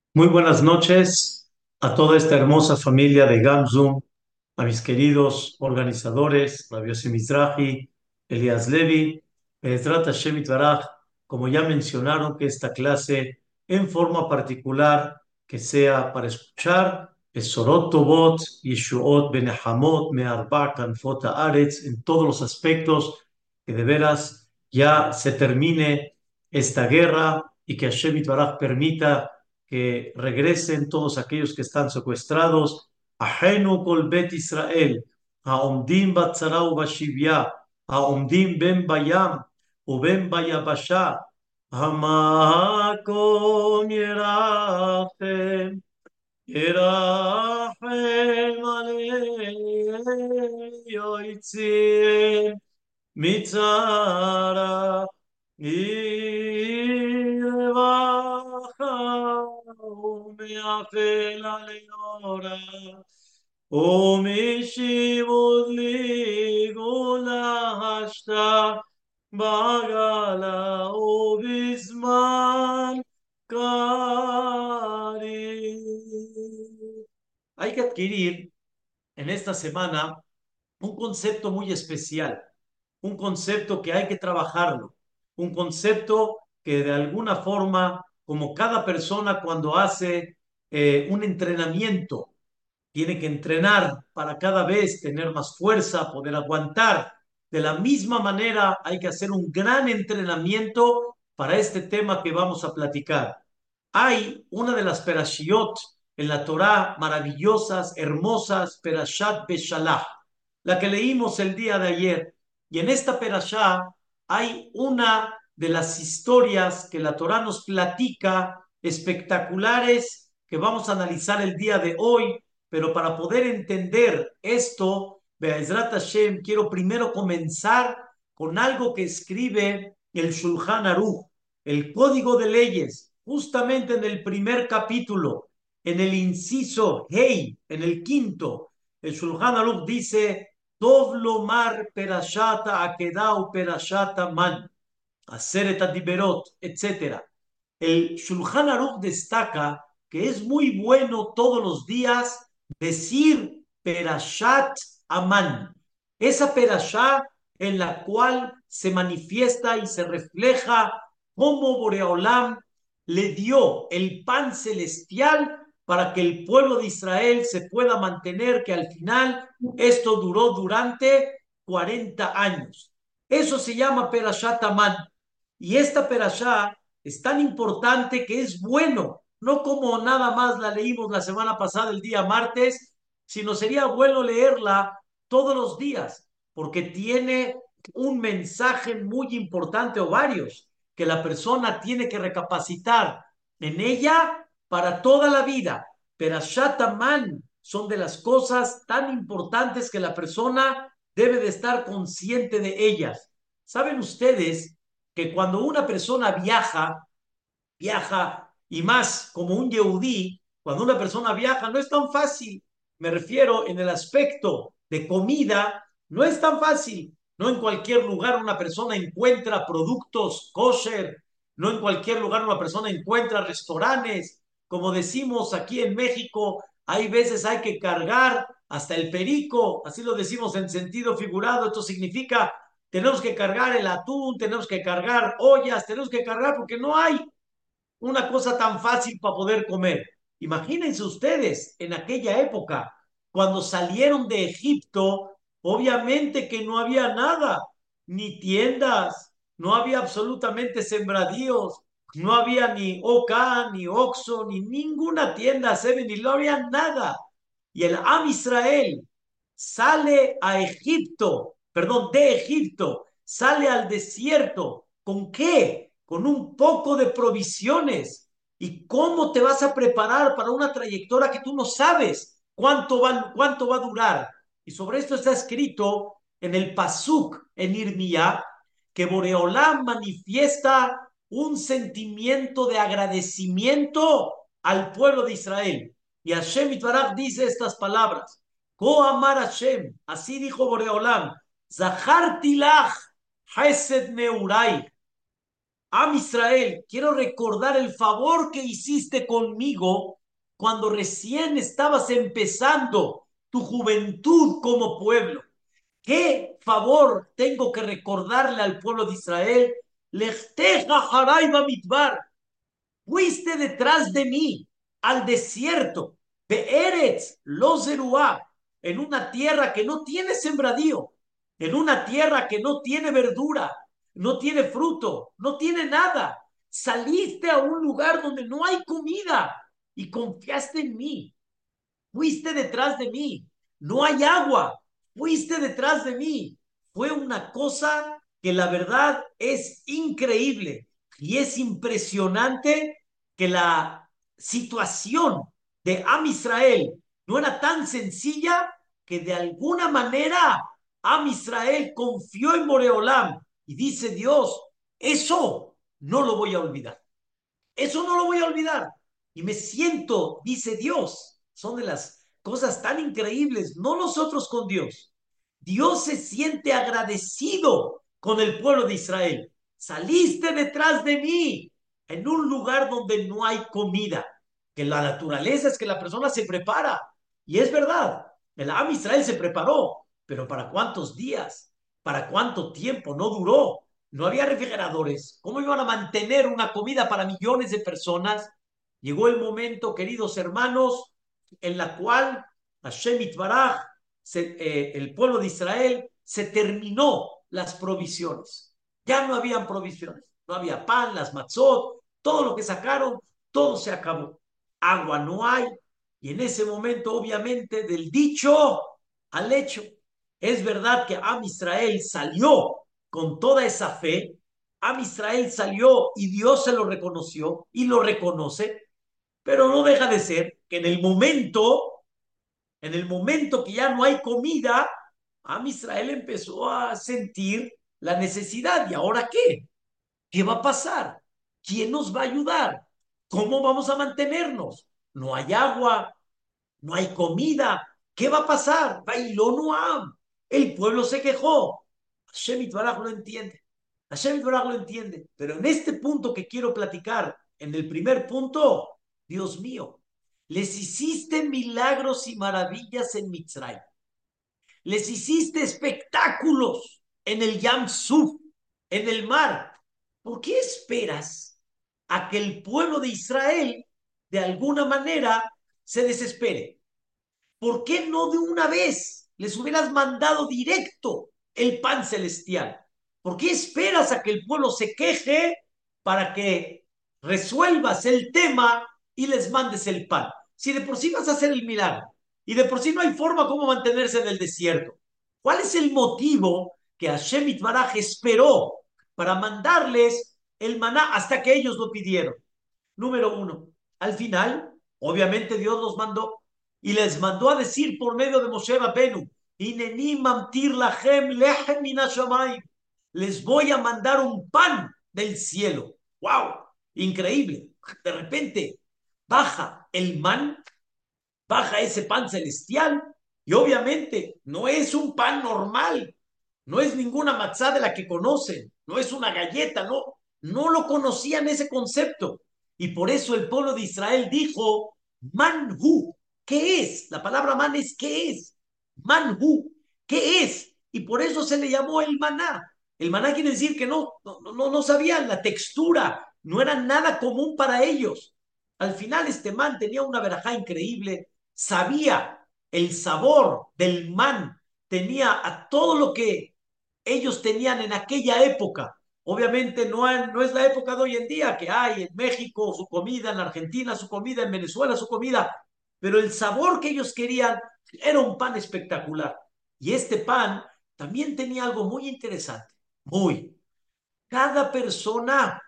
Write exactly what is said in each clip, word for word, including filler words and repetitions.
Muy buenas noches a toda esta hermosa familia de Gamzum, a mis queridos organizadores, Rabbi Yossi Mizrahi, Elias Levi, Ezrat Hashem Itbaraj, como ya mencionaron, que esta clase en forma particular que sea para escuchar Besorot Tovot, Yeshuot Benehamot, Me'arba Kanfot Haaretz, en todos los aspectos, que de veras ya se termine esta guerra y que Hashem Itbaraj permita que regresen todos aquellos que están secuestrados. Ajenu kol bet Israel, haomdim batzara ubashivya, haomdim ben bayam, uben bayabasha, hamakom yerachem, yerachem alei yoitzim, mitzara, irvacha, umeafel aleora, umishimud ligula hashta, bagala ubizman kari. Hay que adquirir en esta semana un concepto muy especial, un concepto que hay que trabajarlo, un concepto que de alguna forma, como cada persona cuando hace eh, un entrenamiento, tiene que entrenar para cada vez tener más fuerza, poder aguantar. De la misma manera hay que hacer un gran entrenamiento para este tema que vamos a platicar. Hay una de las perashiot en la Torá maravillosas, hermosas, Perashat Beshalach, la que leímos el día de ayer. Y en esta perashá hay una de las historias que la Torá nos platica, espectaculares, que vamos a analizar el día de hoy. Pero para poder entender esto, Be'ezrat Hashem, quiero primero comenzar con algo que escribe el Shulchan Aruch, el Código de Leyes, justamente en el primer capítulo, en el inciso Hey, en el quinto. El Shulchan Aruch dice: Tov lomar perashata akedau perashata man, aseret adiberot, etcétera. El Shulchan Aruch destaca que es muy bueno todos los días decir Perashat Aman, esa perashá en la cual se manifiesta y se refleja cómo Boreolam le dio el pan celestial para que el pueblo de Israel se pueda mantener, que al final esto duró durante cuarenta años. Eso se llama Perashat Aman. Y esta perashá es tan importante que es bueno, no como nada más la leímos la semana pasada, el día martes, sino sería bueno leerla todos los días, porque tiene un mensaje muy importante o varios, que la persona tiene que recapacitar en ella para toda la vida. Perashat Aman son de las cosas tan importantes que la persona debe de estar consciente de ellas. ¿Saben ustedes que cuando una persona viaja, viaja y más como un yehudí, cuando una persona viaja no es tan fácil? Me refiero en el aspecto de comida, no es tan fácil. No en cualquier lugar una persona encuentra productos kosher, no en cualquier lugar una persona encuentra restaurantes. Como decimos aquí en México, hay veces hay que cargar hasta el perico, así lo decimos en sentido figurado. Esto significa tenemos que cargar el atún, tenemos que cargar ollas, tenemos que cargar porque no hay una cosa tan fácil para poder comer. Imagínense ustedes en aquella época, cuando salieron de Egipto, obviamente que no había nada, ni tiendas, no había absolutamente sembradíos, no había ni Oca, ni Oxxo, ni ninguna tienda, Seven, ni no había nada. Y el Am Israel sale a Egipto, perdón, de Egipto, sale al desierto. ¿Con qué? Con un poco de provisiones. ¿Y cómo te vas a preparar para una trayectoria que tú no sabes cuánto va, cuánto va a durar? Y sobre esto está escrito en el Pasuk, en Irmía, que Boreolam manifiesta un sentimiento de agradecimiento al pueblo de Israel. Y Hashem Itbaraj dice estas palabras: Ko amar Hashem, así dijo Boreolam, Zahar tilach Hesed Neurai, Am Israel, quiero recordar el favor que hiciste conmigo cuando recién estabas empezando tu juventud como pueblo. ¿Qué favor tengo que recordarle al pueblo de Israel? Lechteja haray bamidbar. Fuiste detrás de mí al desierto, Be'eretz lo zeruá, en una tierra que no tiene sembradío, en una tierra que no tiene verdura, no tiene fruto, no tiene nada. Saliste a un lugar donde no hay comida y confiaste en mí. Fuiste detrás de mí. No hay agua. Fuiste detrás de mí. Fue una cosa que la verdad es increíble y es impresionante que la situación de Am Israel no era tan sencilla que de alguna manera Am Israel confió en Moreolam y dice Dios, eso no lo voy a olvidar. Eso no lo voy a olvidar. Y me siento, dice Dios, son de las cosas tan increíbles, no nosotros con Dios. Dios se siente agradecido con el pueblo de Israel. Saliste detrás de mí en un lugar donde no hay comida, que la naturaleza es que la persona se prepara. Y es verdad, el Am Israel se preparó, pero ¿para cuántos días? ¿Para cuánto tiempo? No duró. No había refrigeradores. ¿Cómo iban a mantener una comida para millones de personas? Llegó el momento, queridos hermanos, en la cual Hashem Itbaraj, se, eh, el pueblo de Israel, se terminó las provisiones. Ya no habían provisiones. No había pan, las matzot, todo lo que sacaron, todo se acabó. Agua no hay. Y en ese momento, obviamente, del dicho al hecho. Es verdad que Am Israel salió con toda esa fe, Am Israel salió y Dios se lo reconoció y lo reconoce, pero no deja de ser que en el momento, en el momento que ya no hay comida, Am Israel empezó a sentir la necesidad. ¿Y ahora qué? ¿Qué va a pasar? ¿Quién nos va a ayudar? ¿Cómo vamos a mantenernos? No hay agua, no hay comida. ¿Qué va a pasar? Bailó Noam. El pueblo se quejó. Hashem Itbaraj lo entiende. Hashem Itbaraj lo entiende. Pero en este punto que quiero platicar, en el primer punto, Dios mío, les hiciste milagros y maravillas en Mitzray. Les hiciste espectáculos en el Yam Suf, en el mar. ¿Por qué esperas a que el pueblo de Israel de alguna manera se desespere? ¿Por qué no de una vez les hubieras mandado directo el pan celestial? ¿Por qué esperas a que el pueblo se queje para que resuelvas el tema y les mandes el pan? Si de por sí vas a hacer el milagro y de por sí no hay forma como mantenerse en el desierto, ¿cuál es el motivo que Hashem Itbaraj esperó para mandarles el maná hasta que ellos lo pidieron? Número uno, al final, obviamente Dios los mandó y les mandó a decir por medio de Moshe Rabenu, Hineni mamtir lachem lechem min hashamayim. Les voy a mandar un pan del cielo. ¡Wow! Increíble. De repente baja el man, baja ese pan celestial y obviamente no es un pan normal, no es ninguna matzá de la que conocen, no es una galleta, no, no lo conocían ese concepto. Y por eso el pueblo de Israel dijo, manhu, ¿qué es? La palabra man es ¿qué es? Manhu, ¿qué es? Y por eso se le llamó el maná. El maná quiere decir que no, no, no, no sabían la textura, no era nada común para ellos. Al final este man tenía una verajá increíble, sabía el sabor del man, tenía a todo lo que ellos tenían en aquella época. Obviamente no, hay, no es la época de hoy en día que hay en México su comida, en Argentina su comida, en Venezuela su comida, pero el sabor que ellos querían era un pan espectacular. Y este pan también tenía algo muy interesante, muy. Cada persona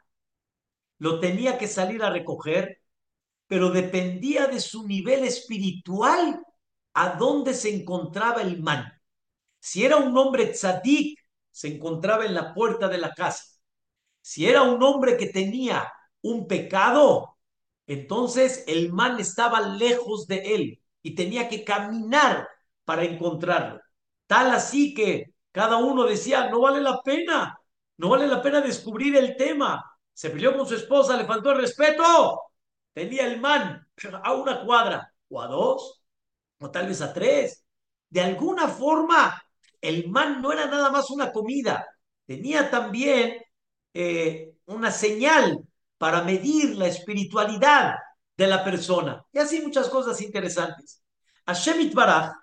lo tenía que salir a recoger, pero dependía de su nivel espiritual a dónde se encontraba el man. Si era un hombre tzadik, se encontraba en la puerta de la casa. Si era un hombre que tenía un pecado, entonces el man estaba lejos de él y tenía que caminar para encontrarlo. Tal así que cada uno decía, no vale la pena, no vale la pena descubrir el tema. se peleó con su esposa, le faltó el respeto, tenía el man a una cuadra o a dos o tal vez a tres. De alguna forma, el man no era nada más una comida, tenía también eh, una señal para medir la espiritualidad de la persona. Y así muchas cosas interesantes. Hashem Itbaraj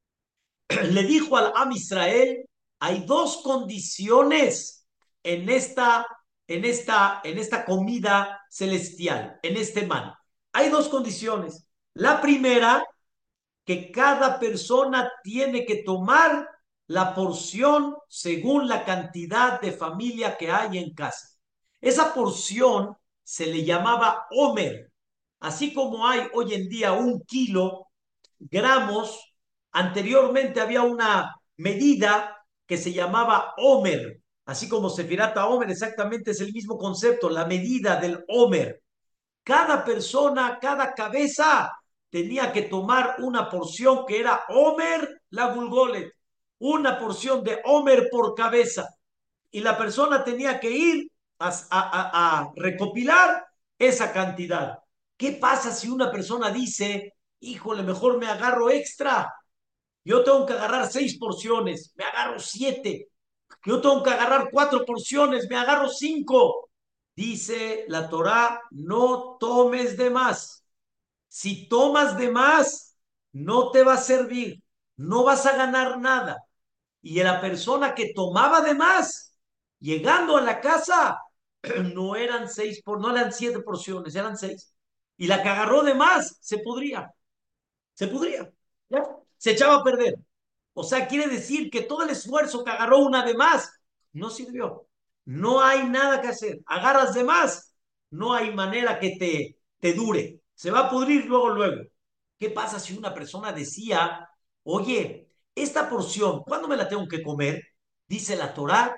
le dijo al Am Israel, hay dos condiciones en esta, en esta, en esta comida celestial, en este man. Hay dos condiciones. La primera, que cada persona tiene que tomar la porción según la cantidad de familia que hay en casa. Esa porción se le llamaba Omer. Así como hay hoy en día un kilo, gramos, anteriormente había una medida que se llamaba Omer. Así como Sefirata Omer, exactamente es el mismo concepto, la medida del Omer. Cada persona, cada cabeza tenía que tomar una porción que era Omer la Gulgolet, una porción de Omer por cabeza. Y la persona tenía que ir a, a, a recopilar esa cantidad. ¿Qué pasa si una persona dice, híjole, mejor me agarro extra? Yo tengo que agarrar seis porciones, me agarro siete. Yo tengo que agarrar cuatro porciones, me agarro cinco. Dice la Torá, no tomes de más. Si tomas de más, no te va a servir, no vas a ganar nada. Y la persona que tomaba de más, llegando a la casa, no eran seis, por, no eran siete porciones, eran seis. Y la que agarró de más, se podría, se podría, ¿ya? Se echaba a perder. O sea, quiere decir que todo el esfuerzo que agarró una de más no sirvió. No hay nada que hacer. Agarras de más, no hay manera que te, te dure. Se va a pudrir luego, luego. ¿Qué pasa si una persona decía, oye, esta porción, ¿cuándo me la tengo que comer? Dice la Torá,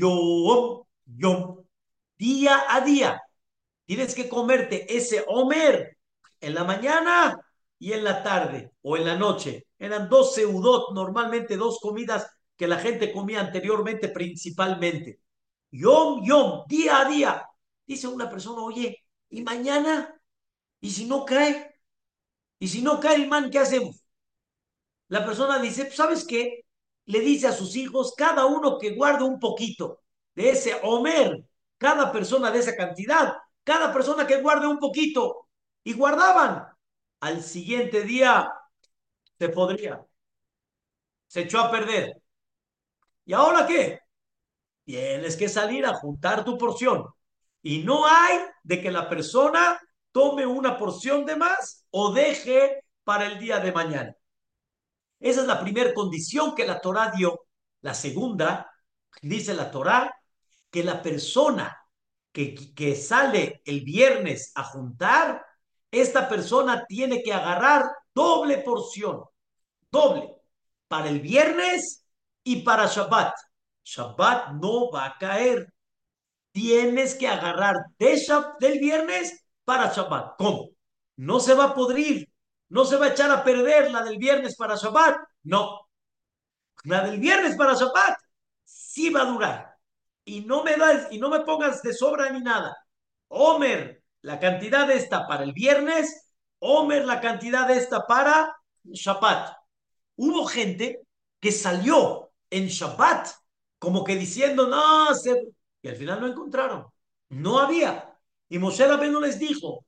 yo, yo, día a día. Tienes que comerte ese Omer en la mañana y en la tarde o en la noche. Eran dos seudot, normalmente dos comidas que la gente comía anteriormente principalmente. Yom, yom, día a día. Dice una persona, oye, ¿y mañana? ¿Y si no cae? ¿Y si no cae el man, qué hacemos? La persona dice, pues, ¿sabes qué? Le dice a sus hijos, cada uno que guarde un poquito de ese Omer, cada persona de esa cantidad, cada persona que guarde un poquito. Y guardaban. Al siguiente día se podría, se echó a perder. ¿Y ahora qué? Tienes que salir a juntar tu porción. Y no hay de que la persona tome una porción de más o deje para el día de mañana. Esa es la primera condición que la Torá dio. La segunda, dice la Torá, que la persona que, que sale el viernes a juntar, esta persona tiene que agarrar doble porción, doble, para el viernes y para Shabbat. Shabbat no va a caer. Tienes que agarrar de Shab- del viernes para Shabbat. ¿Cómo? No se va a podrir, no se va a echar a perder la del viernes para Shabbat. No, la del viernes para Shabbat sí va a durar. Y no me das, y no me pongas de sobra ni nada. Omer, la cantidad de esta para el viernes, Omer, la cantidad de esta para Shabbat. Hubo gente que salió en Shabbat, como que diciendo, no, se... y al final no encontraron. No había. Y Moshe Rabbeinu les dijo,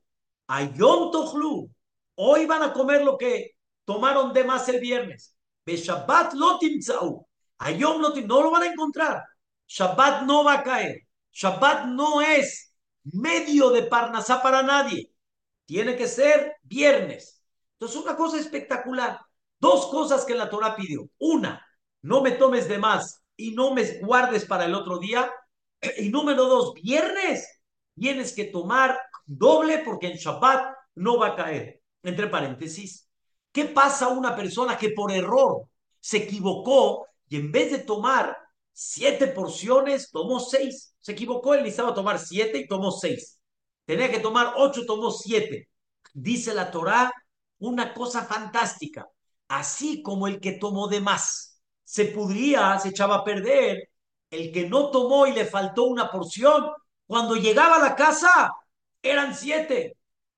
Ayom Tochlu, hoy van a comer lo que tomaron de más el viernes. Be Shabbat lo timtzau. Ayom lo tim, no lo van a encontrar. Shabbat no va a caer. Shabbat no es medio de Parnasá para nadie. Tiene que ser viernes. Entonces, una cosa espectacular. Dos cosas que la Torah pidió. Una, no me tomes de más y no me guardes para el otro día. Y número dos, viernes tienes que tomar doble porque en Shabbat no va a caer. Entre paréntesis, ¿qué pasa a una persona que por error se equivocó y en vez de tomar siete porciones, tomó seis? Se equivocó, él necesitaba tomar siete y tomó seis. Tenía que tomar ocho, tomó siete. Dice la Torá una cosa fantástica. Así como el que tomó de más se pudría, se echaba a perder, el que no tomó y le faltó una porción, Cuando llegaba a la casa, eran siete.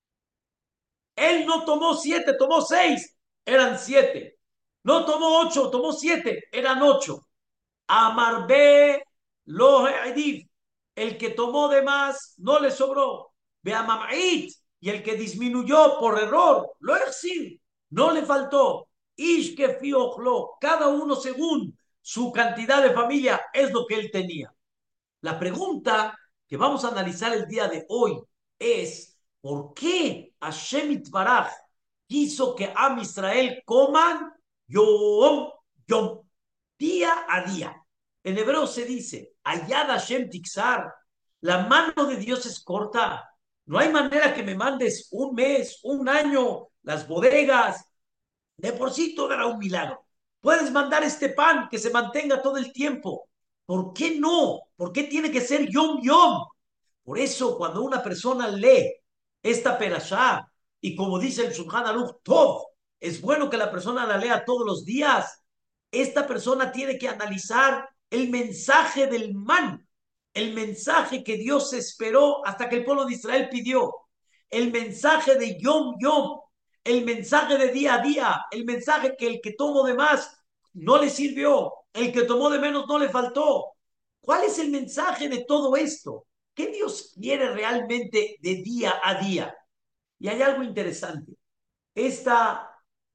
Él no tomó siete, tomó seis, eran siete. No tomó ocho, tomó siete, eran ocho. Amarbe lo hedif. El que tomó de más no le sobró. Ve a Mamait. Y el que disminuyó por error, lo exil, no le faltó. Ish que fiojlo. Cada uno según su cantidad de familia es lo que él tenía. La pregunta que vamos a analizar el día de hoy es: ¿por qué Hashem Itbaraj quiso que Am Israel coman yom, yom, día a día? En hebreo se dice, Ayad Hashem Tixar, la mano de Dios es corta. No hay manera que me mandes un mes, un año, las bodegas. De por sí todo era un milagro. Puedes mandar este pan que se mantenga todo el tiempo. ¿Por qué no? ¿Por qué tiene que ser yom yom? Por eso, cuando una persona lee esta perashá, y como dice el Shulchan Aruch, Tov, es bueno que la persona la lea todos los días. Esta persona tiene que analizar el mensaje del man, el mensaje que Dios esperó hasta que el pueblo de Israel pidió, el mensaje de Yom Yom, el mensaje de día a día, el mensaje que el que tomó de más no le sirvió, el que tomó de menos no le faltó. ¿Cuál es el mensaje de todo esto? ¿Qué Dios quiere realmente de día a día? Y hay algo interesante. Esta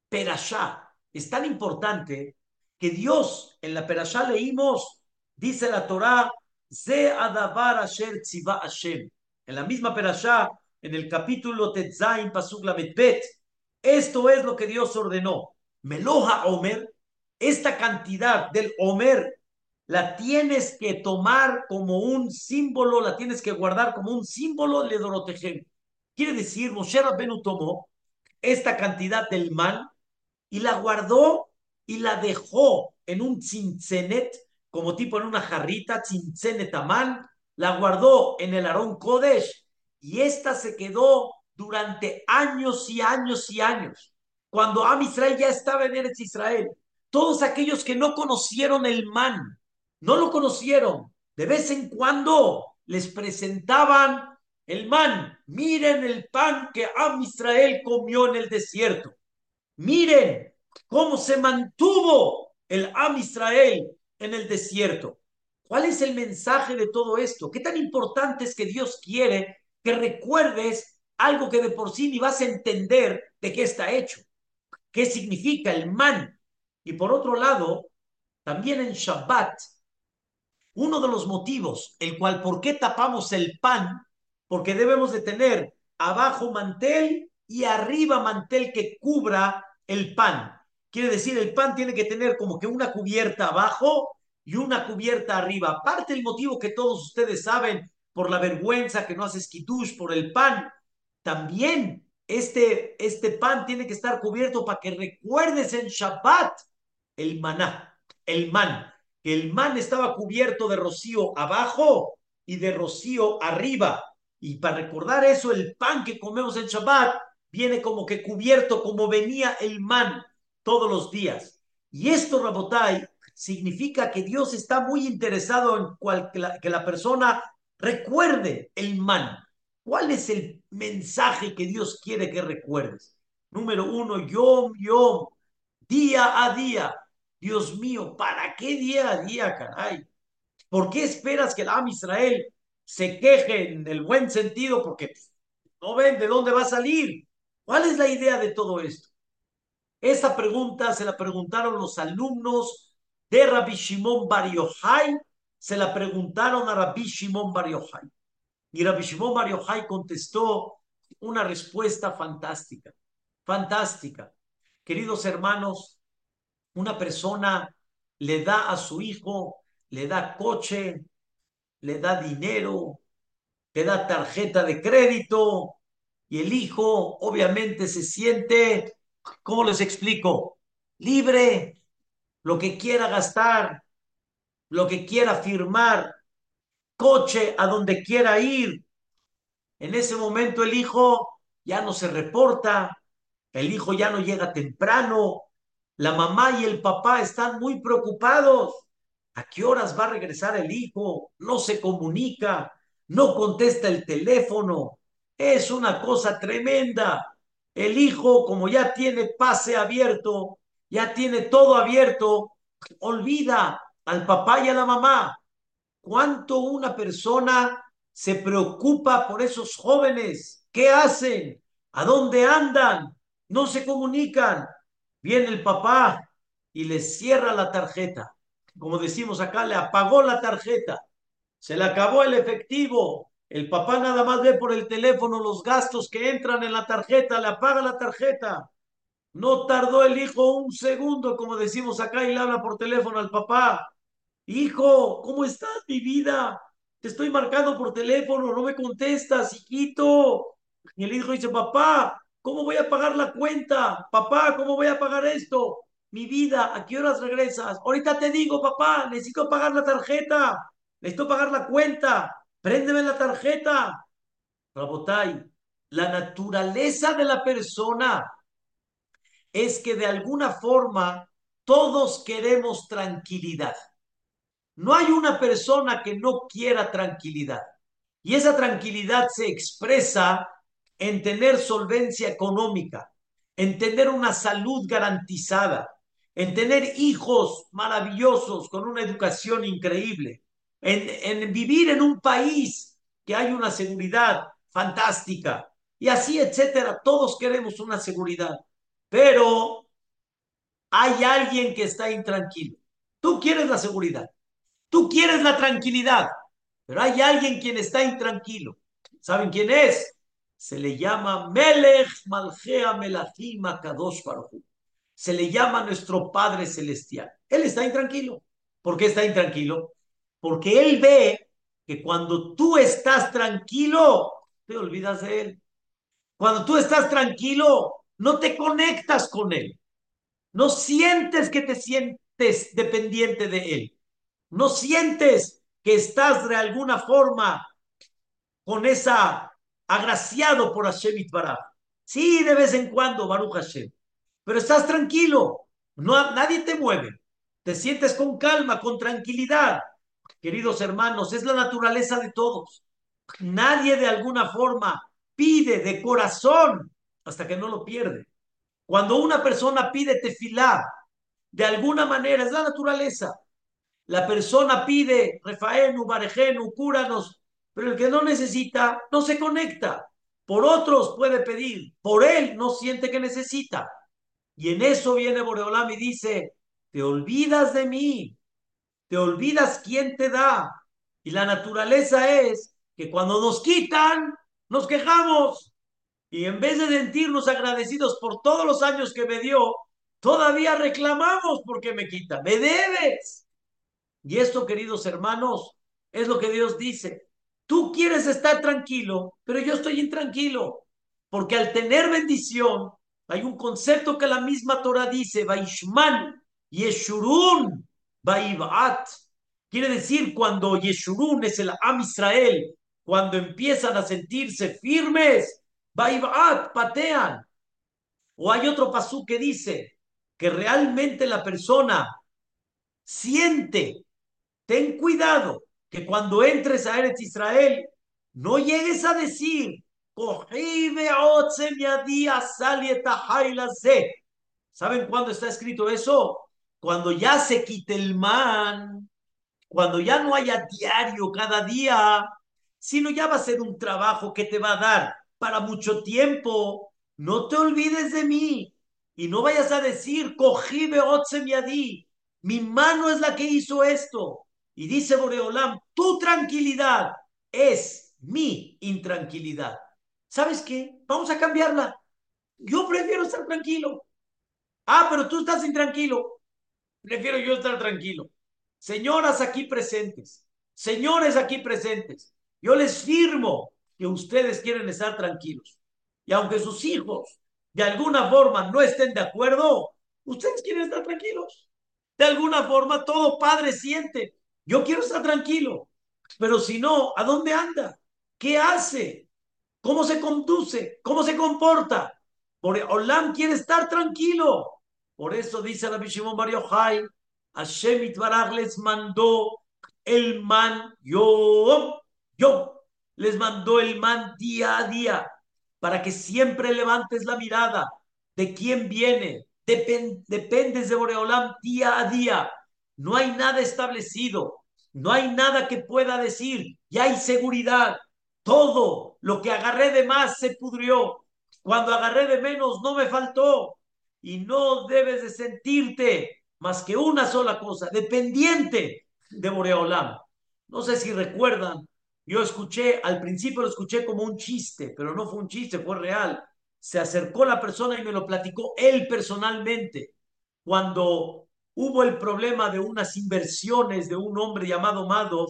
perashá es tan importante que Dios, en la perashá leímos, dice la Torá, Ze adavar asher tziva Hashem. En la misma perashá, en el capítulo Tetzain, Pasuk Lamed Bet, esto es lo que Dios ordenó. Meloja Omer, esta cantidad del Omer la tienes que tomar como un símbolo, la tienes que guardar como un símbolo de Dorotejem. Quiere decir, Moshe Rabbenu tomó esta cantidad del man y la guardó y la dejó en un tzincenet, como tipo en una jarrita, tzincenet amán, la guardó en el Arón Kodesh y esta se quedó durante años y años y años. Cuando Am Israel ya estaba en Eretz Israel, todos aquellos que no conocieron el man, no lo conocieron, de vez en cuando les presentaban el man. Miren el pan que Am Israel comió en el desierto. Miren cómo se mantuvo el Am Israel en el desierto. ¿Cuál es el mensaje de todo esto? ¿Qué tan importante es que Dios quiere que recuerdes algo que de por sí ni vas a entender de qué está hecho? ¿Qué significa el man? Y por otro lado, también en Shabbat, uno de los motivos, el cual, ¿por qué tapamos el pan? Porque debemos de tener abajo mantel y arriba mantel que cubra el pan. Quiere decir, el pan tiene que tener como que una cubierta abajo y una cubierta arriba. Aparte el motivo que todos ustedes saben, por la vergüenza que no haces kiddush por el pan, también este, este pan tiene que estar cubierto para que recuerdes en Shabbat el maná, el man, que el man estaba cubierto de rocío abajo y de rocío arriba. Y para recordar eso, el pan que comemos en Shabbat viene como que cubierto, como venía el man todos los días. Y esto, Rabotai, significa que Dios está muy interesado en cual, que, la, que la persona recuerde el man. ¿Cuál es el mensaje que Dios quiere que recuerdes? Número uno, yom, yom, día a día. Dios mío, ¿para qué día a día, caray? ¿Por qué esperas que el Am Israel se queje en el buen sentido? Porque no ven de dónde va a salir. ¿Cuál es la idea de todo esto? Esa pregunta se la preguntaron los alumnos de Rabbi Shimon Bar Yochai, se la preguntaron a Rabbi Shimon Bar Yochai. Y Rabbi Shimon Bar Yochai contestó una respuesta fantástica, fantástica. Queridos hermanos, una persona le da a su hijo, le da coche, le da dinero, le da tarjeta de crédito y el hijo obviamente se siente, ¿cómo les explico? Libre, lo que quiera gastar, lo que quiera firmar, coche a donde quiera ir. En ese momento el hijo ya no se reporta, el hijo ya no llega temprano, la mamá y el papá están muy preocupados. ¿A qué horas va a regresar el hijo? No se comunica. no contesta el teléfono. Es una cosa tremenda. El hijo, como ya tiene pase abierto, ya tiene todo abierto, olvida al papá y a la mamá. ¿Cuánto una persona se preocupa por esos jóvenes? ¿Qué hacen? ¿A dónde andan? No se comunican. Viene el papá y les cierra la tarjeta. Como decimos acá, le apagó la tarjeta. Se le acabó el efectivo. El papá nada más ve por el teléfono los gastos que entran en la tarjeta, le apaga la tarjeta. No tardó el hijo un segundo, como decimos acá, y le habla por teléfono al papá. Hijo, ¿cómo estás, mi vida? Te estoy marcando por teléfono, no me contestas, hijito. Y el hijo dice, papá, ¿cómo voy a pagar la cuenta? Papá, ¿cómo voy a pagar esto? Mi vida, ¿a qué horas regresas? Ahorita te digo, papá, necesito pagar la tarjeta, necesito pagar la cuenta, préndeme la tarjeta. Rabotay, la naturaleza de la persona es que de alguna forma todos queremos tranquilidad. No hay una persona que no quiera tranquilidad. Y esa tranquilidad se expresa en tener solvencia económica, en tener una salud garantizada, en tener hijos maravillosos con una educación increíble, en, en vivir en un país que hay una seguridad fantástica y así, etcétera. Todos queremos una seguridad, pero hay alguien que está intranquilo. Tú quieres la seguridad. Tú quieres la tranquilidad, pero hay alguien quien está intranquilo. ¿Saben quién es? Se le llama Melech Malchea Melachim Kadosh Baruj Hu. Se le llama nuestro Padre Celestial. Él está intranquilo. ¿Por qué está intranquilo? Porque él ve que cuando tú estás tranquilo, te olvidas de él. Cuando tú estás tranquilo, no te conectas con él. No sientes que te sientes dependiente de él. No sientes que estás de alguna forma con esa agraciado por Hashem Itbaraj. Sí, de vez en cuando, Baruch Hashem. Pero estás tranquilo. No, nadie te mueve. Te sientes con calma, con tranquilidad. Queridos hermanos, es la naturaleza de todos. Nadie de alguna forma pide de corazón hasta que no lo pierde. Cuando una persona pide tefilá, de alguna manera es la naturaleza. La persona pide, Refaenu, Barejenu, cúranos, pero el que no necesita no se conecta. Por otros puede pedir, por él no siente que necesita. Y en eso viene Boreolam y dice, te olvidas de mí, te olvidas quién te da. Y la naturaleza es que cuando nos quitan, nos quejamos. Y en vez de sentirnos agradecidos por todos los años que me dio, todavía reclamamos porque me quita. Me debes. Y esto, queridos hermanos, es lo que Dios dice. Tú quieres estar tranquilo, pero yo estoy intranquilo. Porque al tener bendición, hay un concepto que la misma Torah dice, Vaishman, Yeshurun, Vaivat. Quiere decir, cuando Yeshurun es el Am Israel, cuando empiezan a sentirse firmes, Vaivat, patean. O hay otro pasú que dice que realmente la persona siente. Ten cuidado que cuando entres a Eretz Israel no llegues a decir ¿saben cuándo está escrito eso? Cuando ya se quite el man, cuando ya no haya diario cada día, sino ya va a ser un trabajo que te va a dar para mucho tiempo. No te olvides de mí y no vayas a decir, cogí yadí, mi mano es la que hizo esto. Y dice Boreolam, tu tranquilidad es mi intranquilidad. ¿Sabes qué? Vamos a cambiarla. Yo prefiero estar tranquilo. Ah, pero tú estás intranquilo. Prefiero yo estar tranquilo. Señoras aquí presentes, señores aquí presentes, yo les firmo que ustedes quieren estar tranquilos. Y aunque sus hijos de alguna forma no estén de acuerdo, ustedes quieren estar tranquilos. De alguna forma todo padre siente, yo quiero estar tranquilo, pero si no, ¿a dónde anda? ¿Qué hace? ¿Cómo se conduce? ¿Cómo se comporta? Por Olam quiere estar tranquilo. Por eso dice Rabbi Shimon Bar Yochai, Hashem Itbaraj les mandó el man Yom, Yom. les mandó el man día a día para que siempre levantes la mirada de quién viene. Depend, dependes de Boreolam día a día. No hay nada establecido, no hay nada que pueda decir, ya hay seguridad. Todo lo que agarré de más se pudrió. Cuando agarré de menos no me faltó. Y no debes de sentirte más que una sola cosa, dependiente de Boreolam. No sé si recuerdan, yo escuché, al principio lo escuché como un chiste, pero no fue un chiste, fue real. Se acercó la persona y me lo platicó él personalmente. Cuando hubo el problema de unas inversiones de un hombre llamado Madoff,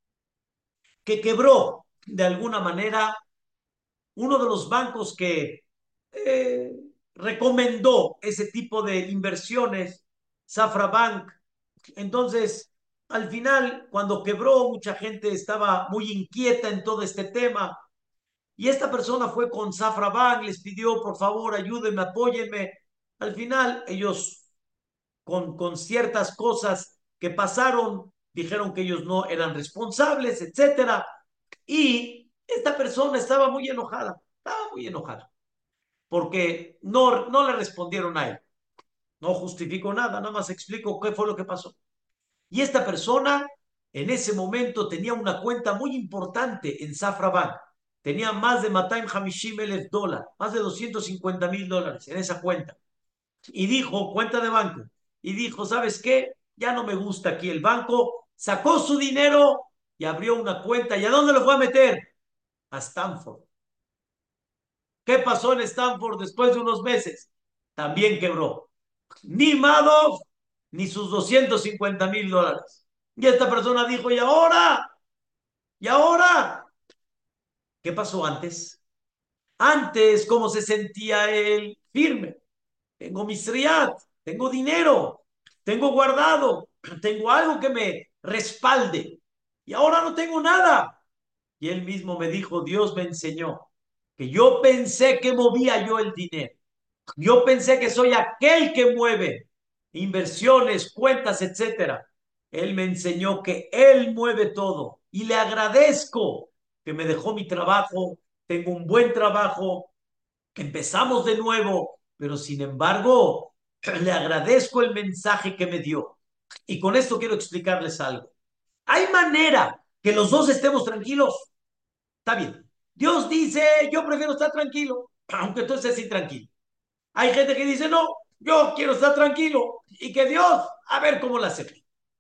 que quebró de alguna manera uno de los bancos que eh, recomendó ese tipo de inversiones, Safra Bank. Entonces, al final, cuando quebró, mucha gente estaba muy inquieta en todo este tema. Y esta persona fue con Safra Bank, les pidió, por favor, ayúdenme, apóyenme. Al final, ellos, con, con ciertas cosas que pasaron, dijeron que ellos no eran responsables, etcétera. Y esta persona estaba muy enojada, estaba muy enojada, porque no, no le respondieron a él. No justificó nada, nada más explico qué fue lo que pasó. Y esta persona en ese momento tenía una cuenta muy importante en Safra Bank. Tenía más de Mataim Hamishim Elef dólares, más de doscientos cincuenta mil dólares en esa cuenta. Y dijo, cuenta de banco, y dijo, ¿sabes qué? Ya no me gusta aquí el banco. Sacó su dinero y abrió una cuenta. ¿Y a dónde lo fue a meter? A Stanford. ¿Qué pasó en Stanford después de unos meses? También quebró. Ni Madoff, ni sus doscientos cincuenta mil dólares. Y esta persona dijo, ¿y ahora? ¿Y ahora? ¿Qué pasó antes? Antes, ¿cómo se sentía él? Firme. Tengo mis riat, tengo dinero, tengo guardado, tengo algo que me respalde. Y ahora no tengo nada. Y él mismo me dijo, Dios me enseñó que yo pensé que movía yo el dinero. Yo pensé que soy aquel que mueve inversiones, cuentas, etcétera. Él me enseñó que él mueve todo y le agradezco que me dejó mi trabajo, tengo un buen trabajo, empezamos de nuevo, pero sin embargo, le agradezco el mensaje que me dio. Y con esto quiero explicarles algo. ¿Hay manera que los dos estemos tranquilos? Está bien. Dios dice, yo prefiero estar tranquilo, aunque tú estés intranquilo. Hay gente que dice, no, yo quiero estar tranquilo y que Dios, a ver cómo la hace.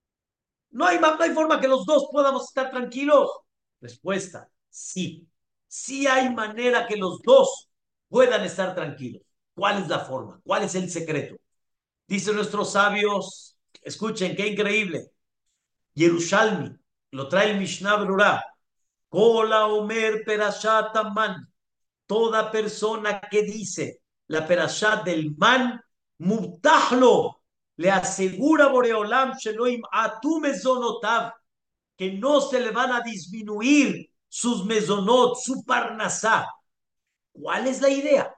No hay, no hay forma que los dos podamos estar tranquilos. Respuesta, sí. Sí hay manera que los dos puedan estar tranquilos. ¿Cuál es la forma? ¿Cuál es el secreto? Dicen nuestros sabios, escuchen, qué increíble. Yerushalmi, lo trae el Mishnah Berurah. Kola Omer Perashat Man. Toda persona que dice la perashat del man, mutahlo, le asegura Boreolam Sheloim a tu mesonotav, que no se le van a disminuir sus mesonot, su parnasá. ¿Cuál es la idea?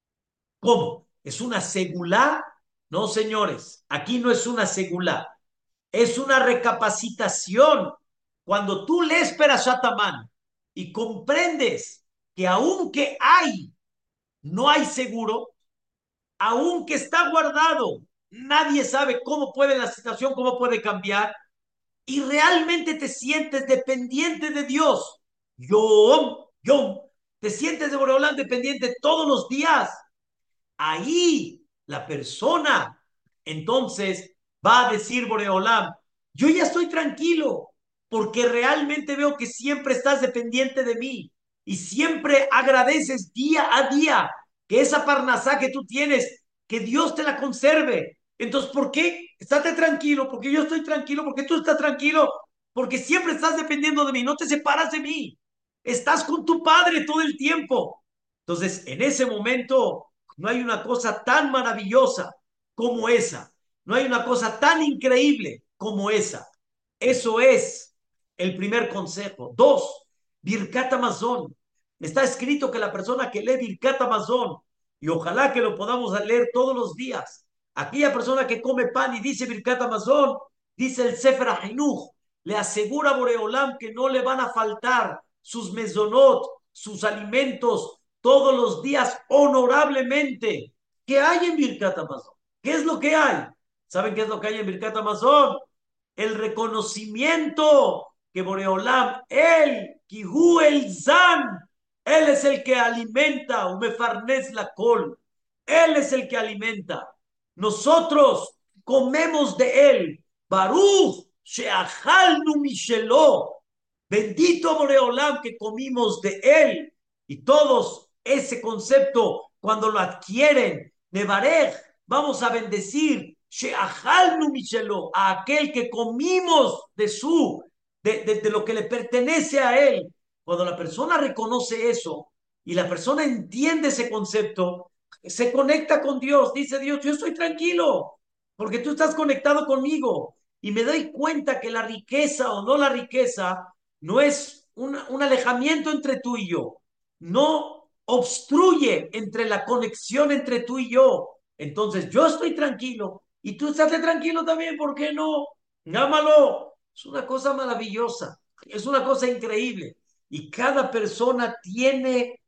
¿Cómo? ¿Es una segulá? No, señores, aquí no es una segulá, es una recapacitación. Cuando tú lees Perashat Amán y comprendes que aunque hay, no hay seguro, aunque está guardado, nadie sabe cómo puede la situación, cómo puede cambiar, y realmente te sientes dependiente de Dios. Yo, yo, te sientes de Boreolán dependiente todos los días. Ahí la persona entonces va a decir Boreolam, yo ya estoy tranquilo porque realmente veo que siempre estás dependiente de mí y siempre agradeces día a día que esa parnasá que tú tienes, que Dios te la conserve. Entonces, ¿por qué? Estate tranquilo, porque yo estoy tranquilo, porque tú estás tranquilo, porque siempre estás dependiendo de mí, no te separas de mí, estás con tu Padre todo el tiempo. Entonces, en ese momento, no hay una cosa tan maravillosa como esa. No hay una cosa tan increíble como esa. Eso es el primer consejo. Dos, Birkat Amazon. Está escrito que la persona que lee Birkat Amazon, y ojalá que lo podamos leer todos los días, aquella persona que come pan y dice Birkat Amazon, dice el Sefer HaHinuch, le asegura a Boreolam que no le van a faltar sus mesonot, sus alimentos, todos los días honorablemente. ¿Qué hay en Birkat Hamazon? ¿Qué es lo que hay? ¿Saben qué es lo que hay en Birkat Hamazon? El reconocimiento que Boreolam, él, Kihu el Zan, él es el que alimenta, Umefarnes la col, él es el que alimenta. Nosotros comemos de él. Baruch, Sheachalnu Mishelo. Bendito Boreolam que comimos de él. Y todos ese concepto, cuando lo adquieren, Nevarej, vamos a bendecir Sheachalnu Mishelo, a aquel que comimos de su, de, de, de lo que le pertenece a él. Cuando la persona reconoce eso y la persona entiende ese concepto, se conecta con Dios, dice Dios, yo estoy tranquilo, porque tú estás conectado conmigo y me doy cuenta que la riqueza o no la riqueza no es un, un alejamiento entre tú y yo, no obstruye entre la conexión entre tú y yo. Entonces yo estoy tranquilo y tú estás tranquilo también, ¿por qué no? Llámalo. Es una cosa maravillosa, es una cosa increíble y cada persona tiene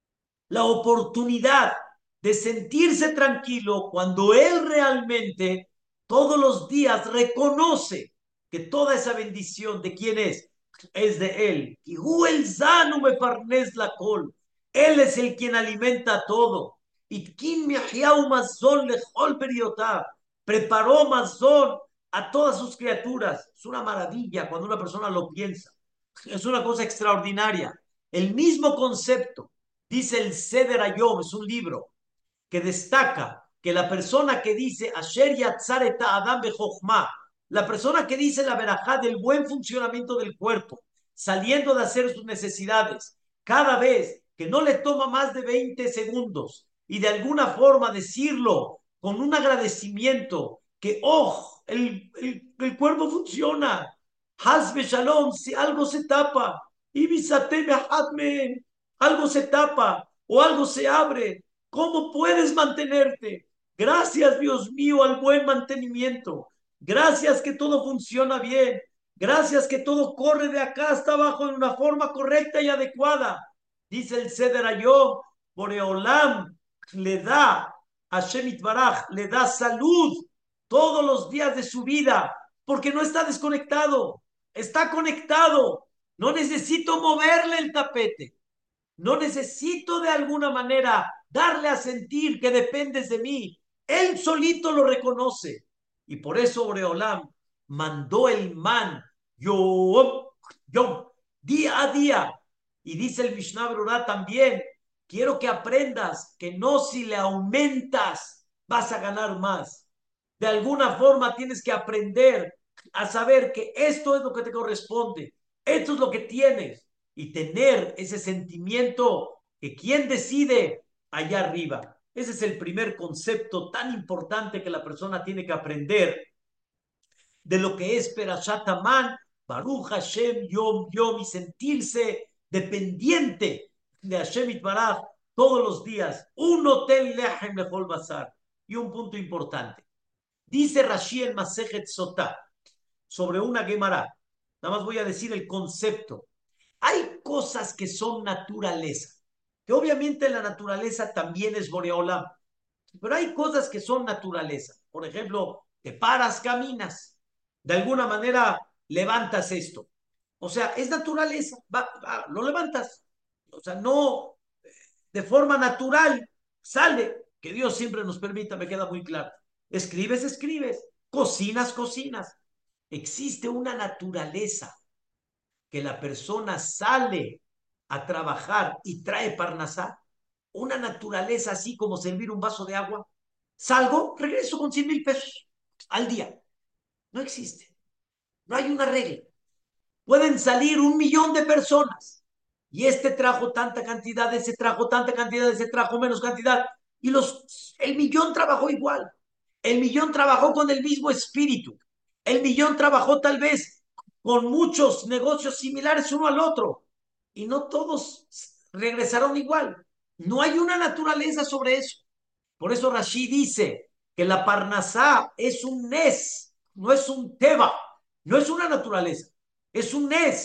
la oportunidad de sentirse tranquilo cuando él realmente todos los días reconoce que toda esa bendición de quién es, es de él. Y el sano me parnes la col. Él es el quien alimenta todo. Y quien me mazón lejol periotar. Preparó mazón a todas sus criaturas. Es una maravilla cuando una persona lo piensa. Es una cosa extraordinaria. El mismo concepto dice el Seder Ayom, es un libro que destaca que la persona que dice Asher Yatzareta Adam Bejochma, la persona que dice la verajá del buen funcionamiento del cuerpo, saliendo de hacer sus necesidades, cada vez que no le toma más de veinte segundos y de alguna forma decirlo con un agradecimiento que, oh, el, el, el cuerpo funciona, Hasbe Shalom, si algo se tapa, Ibisate Hatme, algo se tapa o algo se abre, ¿cómo puedes mantenerte? Gracias, Dios mío, al buen mantenimiento. Gracias que todo funciona bien. Gracias que todo corre de acá hasta abajo de una forma correcta y adecuada. Dice el Seder Ayom, Boreolam le da a Shemit Baraj, le da salud todos los días de su vida, porque no está desconectado, está conectado. No necesito moverle el tapete. No necesito de alguna manera darle a sentir que dependes de mí. Él solito lo reconoce. Y por eso Boreolam mandó el man, yo, yo, día a día. Y dice el Mishnah Berurah también, quiero que aprendas que no si le aumentas vas a ganar más. De alguna forma tienes que aprender a saber que esto es lo que te corresponde, esto es lo que tienes y tener ese sentimiento que quién decide allá arriba. Ese es el primer concepto tan importante que la persona tiene que aprender de lo que es Perashat Haman, Baruch Hashem, Yom Yom, y sentirse dependiente de Hashem Itbaraj todos los días. Un hotel lehem lechol basar. Y un punto importante. Dice Rashi en Masejet Sotah sobre una Gemara. Nada más voy a decir el concepto. Hay cosas que son naturaleza, que obviamente la naturaleza también es Boreolam, pero hay cosas que son naturaleza. Por ejemplo, te paras, caminas, de alguna manera levantas esto. O sea, es naturaleza, va, va, lo levantas. O sea, no de forma natural sale, que Dios siempre nos permita, me queda muy claro. Escribes, escribes, cocinas, cocinas. Existe una naturaleza que la persona sale a trabajar y trae parnasá, una naturaleza así como servir un vaso de agua, salgo, regreso con cien mil pesos al día. No existe. No hay una regla. Pueden salir un millón de personas y este trajo tanta cantidad, ese trajo tanta cantidad, ese trajo menos cantidad y los, el millón trabajó igual. El millón trabajó con el mismo espíritu. El millón trabajó tal vez con muchos negocios similares uno al otro y no todos regresaron igual. No hay una naturaleza sobre eso. Por eso Rashi dice que la Parnasá es un Nes, no es un Teba, no es una naturaleza, es un Nes.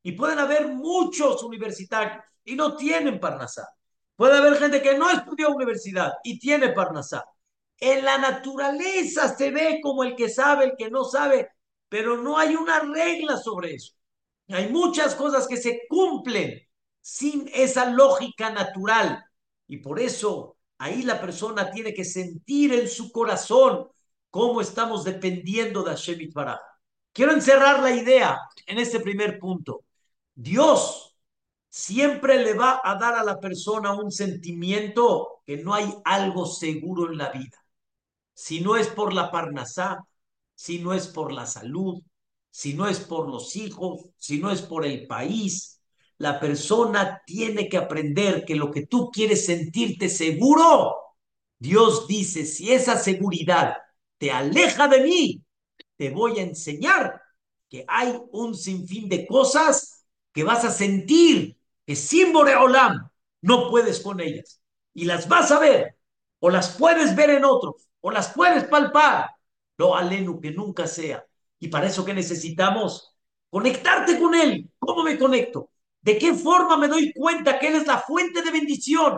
Y pueden haber muchos universitarios y no tienen Parnasá. Puede haber gente que no estudió universidad y tiene Parnasá. En la naturaleza se ve como el que sabe, el que no sabe, pero no hay una regla sobre eso. Hay muchas cosas que se cumplen sin esa lógica natural. Y por eso ahí la persona tiene que sentir en su corazón cómo estamos dependiendo de Hashem Yitbaraj. Quiero encerrar la idea en este primer punto. Dios siempre le va a dar a la persona un sentimiento que no hay algo seguro en la vida. Si no es por la parnasá, si no es por la salud, si no es por los hijos, si no es por el país, la persona tiene que aprender que lo que tú quieres sentirte seguro, Dios dice, si esa seguridad te aleja de mí, te voy a enseñar que hay un sinfín de cosas que vas a sentir que sin Boreolam no puedes con ellas. Y las vas a ver, o las puedes ver en otros, o las puedes palpar. Lo alenu que nunca sea. Y para eso que necesitamos conectarte con Él. ¿Cómo me conecto? ¿De qué forma me doy cuenta que Él es la fuente de bendición?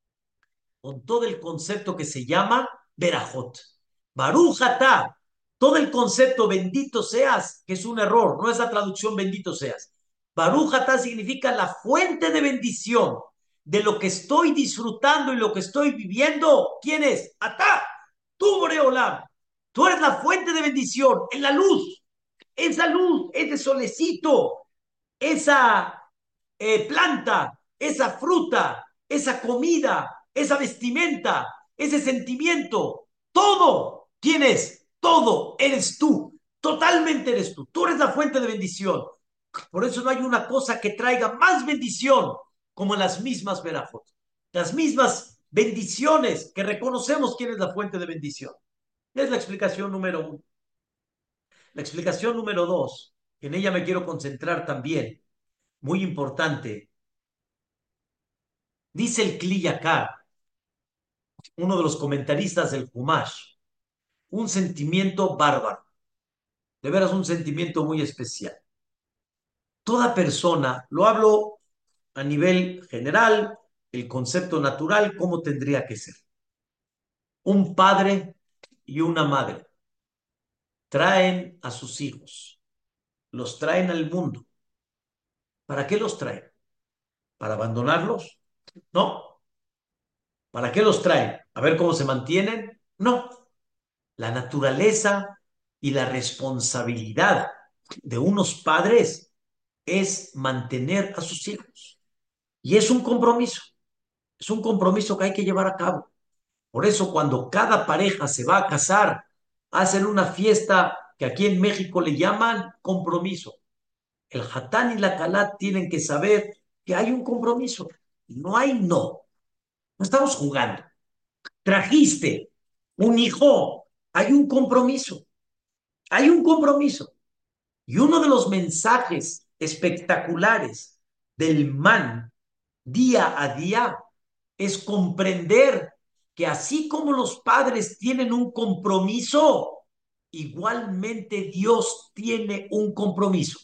Con todo el concepto que se llama Berajot. Baruch atah, todo el concepto bendito seas, que es un error, no es la traducción bendito seas. Baruch atah significa la fuente de bendición de lo que estoy disfrutando y lo que estoy viviendo. ¿Quién es? Atá, tú, Boreolam. Tú eres la fuente de bendición, en la luz, esa luz, ese solecito, esa eh, planta, esa fruta, esa comida, esa vestimenta, ese sentimiento, todo, ¿quién es? Todo eres tú, totalmente eres tú, tú eres la fuente de bendición. Por eso no hay una cosa que traiga más bendición como las mismas verajot, las mismas bendiciones que reconocemos quién es la fuente de bendición. Es la explicación número uno. La explicación número dos, en ella me quiero concentrar también, muy importante. Dice el Kli Yakar, uno de los comentaristas del Humash, un sentimiento bárbaro, de veras un sentimiento muy especial. Toda persona, lo hablo a nivel general, el concepto natural, cómo tendría que ser. Un padre y una madre traen a sus hijos, los traen al mundo. ¿Para qué los traen? ¿Para abandonarlos? No. ¿Para qué los traen? ¿A ver cómo se mantienen? No. La naturaleza y la responsabilidad de unos padres es mantener a sus hijos. Y es un compromiso, es un compromiso que hay que llevar a cabo. Por eso cuando cada pareja se va a casar, hacen una fiesta que aquí en México le llaman compromiso. El hatán y la calat tienen que saber que hay un compromiso. No hay no. No estamos jugando. Trajiste un hijo, hay un compromiso. Hay un compromiso. Y uno de los mensajes espectaculares del man día a día es comprender que así como los padres tienen un compromiso, igualmente Dios tiene un compromiso.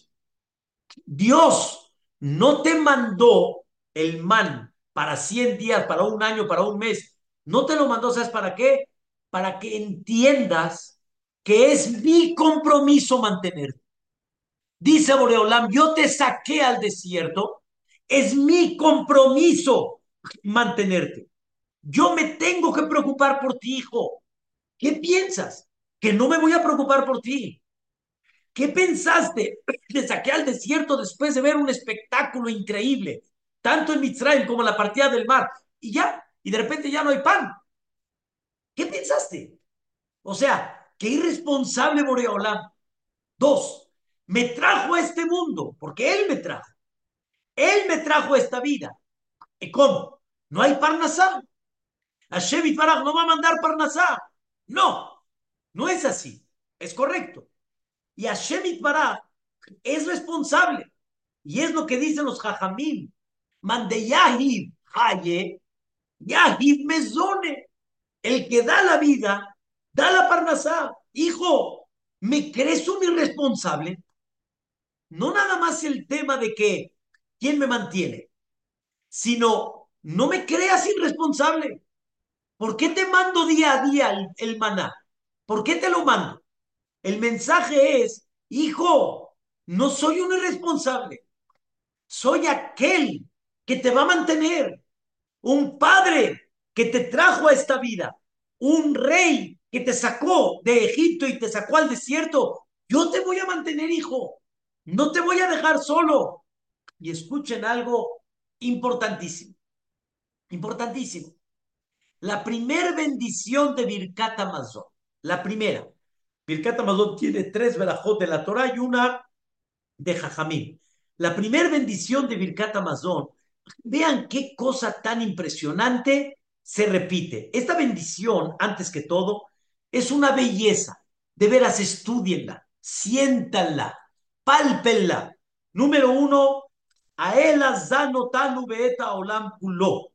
Dios no te mandó el man para cien días, para un año, para un mes. No te lo mandó, ¿sabes para qué? Para que entiendas que es mi compromiso mantenerte. Dice Boreolam, yo te saqué al desierto, es mi compromiso mantenerte. Yo me tengo que preocupar por ti, hijo. ¿Qué piensas? Que no me voy a preocupar por ti. ¿Qué pensaste? Te saqué al desierto después de ver un espectáculo increíble, tanto en Mitzrayim como en la partida del mar, y ya, y de repente ya no hay pan. ¿Qué pensaste? O sea, qué irresponsable Boreolam. Dos, me trajo a este mundo, porque Él me trajo. Él me trajo a esta vida. ¿Y cómo? No hay Parnasá. Hashem Yitbaraj no va a mandar Parnasá. No, no es así. Es correcto. Y Hashem Yitbaraj es responsable. Y es lo que dicen los Jajamim. Mande Yahid Haye, Yahid Mezone. El que da la vida, da la Parnasá. Hijo, ¿me crees un irresponsable? no nada más el tema de que quién me mantiene, sino no me creas irresponsable. ¿Por qué te mando día a día el, el maná? ¿Por qué te lo mando? El mensaje es, hijo, no soy un irresponsable, soy aquel que te va a mantener, un padre que te trajo a esta vida, un rey que te sacó de Egipto y te sacó al desierto. Yo te voy a mantener, hijo, no te voy a dejar solo. Y escuchen algo importantísimo, importantísimo. La primer bendición de Birkat Hamazon, la primera. Birkat Hamazon tiene tres verajot de la Torah y una de Jajamín. La primera bendición de Birkat Hamazon, vean qué cosa tan impresionante se repite. Esta bendición, antes que todo, es una belleza. De veras, estudienla, siéntanla, pálpenla. Número uno, a él azano tanu beeta olam kulo.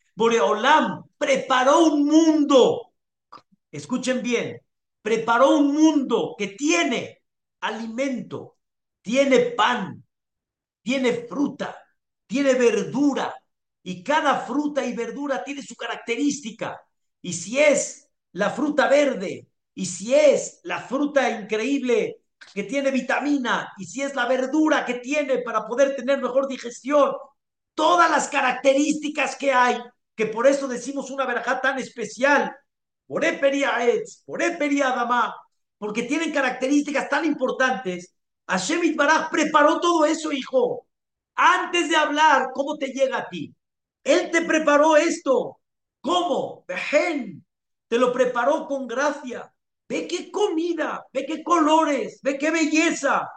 Boreolam preparó un mundo, escuchen bien, preparó un mundo que tiene alimento, tiene pan, tiene fruta, tiene verdura, y cada fruta y verdura tiene su característica. Y si es la fruta verde, y si es la fruta increíble que tiene vitamina, y si es la verdura que tiene para poder tener mejor digestión, todas las características que hay, que por eso decimos una verajá tan especial, por Etz, por Adama, porque tienen características tan importantes. Hashem Baraj preparó todo eso, hijo. Antes de hablar, ¿cómo te llega a ti? Él te preparó esto. ¿Cómo? Vejen. Te lo preparó con gracia. Ve qué comida, ve qué colores, ve qué belleza.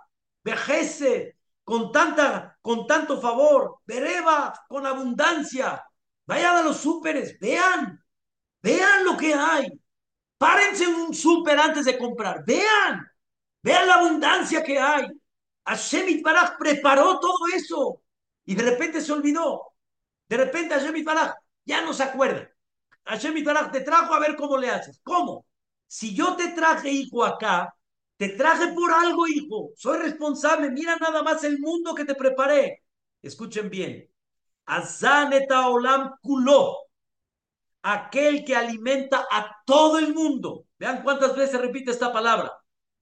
Vejece con tanta, con tanto favor. Bereba con abundancia. Vayan a los súperes, vean, vean lo que hay. Párense en un súper antes de comprar. Vean, vean la abundancia que hay. Hashem Itbaraj preparó todo eso y de repente se olvidó. De repente Hashem Itbaraj ya no se acuerda. Hashem Itbaraj te trajo a ver cómo le haces. ¿Cómo? Si yo te traje, hijo, acá, te traje por algo, hijo. Soy responsable. Mira nada más el mundo que te preparé. Escuchen bien. Azaneta olam kulo, aquel que alimenta a todo el mundo. Vean cuántas veces repite esta palabra.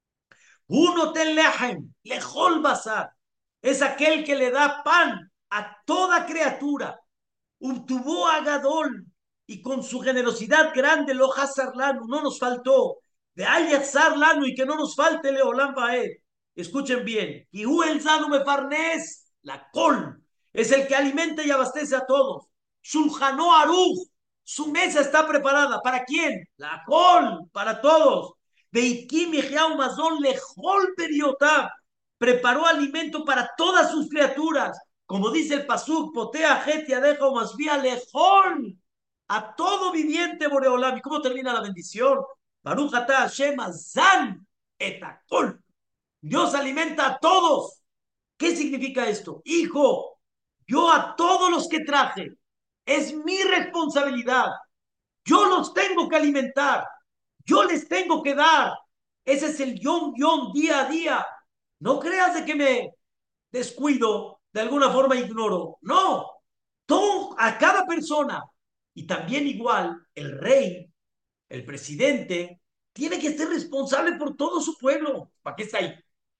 Uno ten lehem, lejol basar. Es aquel que le da pan a toda criatura. Ubtuvo a Gadol y con su generosidad grande lo Hazarlanu, no nos faltó. De Ayazarlanu y que no nos falte Leolam Baed. Escuchen bien. Y el Zanu me farnes, la col. Es el que alimenta y abastece a todos. Shulchanó Aruch, su mesa está preparada. ¿Para quién? La col, para todos. Veikim Yehiau Mazón Lejol Periotab. Preparó alimento para todas sus criaturas. Como dice el Pasuk, potea jetia deja o más vía lejol a todo viviente Boreolam. ¿Y cómo termina la bendición? Baruch atah Hashem azan etakol. Dios alimenta a todos. ¿Qué significa esto? Hijo, yo a todos los que traje, es mi responsabilidad. Yo los tengo que alimentar. Yo les tengo que dar. Ese es el yom yom, día a día. No creas de que me descuido, de alguna forma ignoro. No, todo, a cada persona. Y también igual, el rey, el presidente, tiene que ser responsable por todo su pueblo. ¿Para qué está ahí?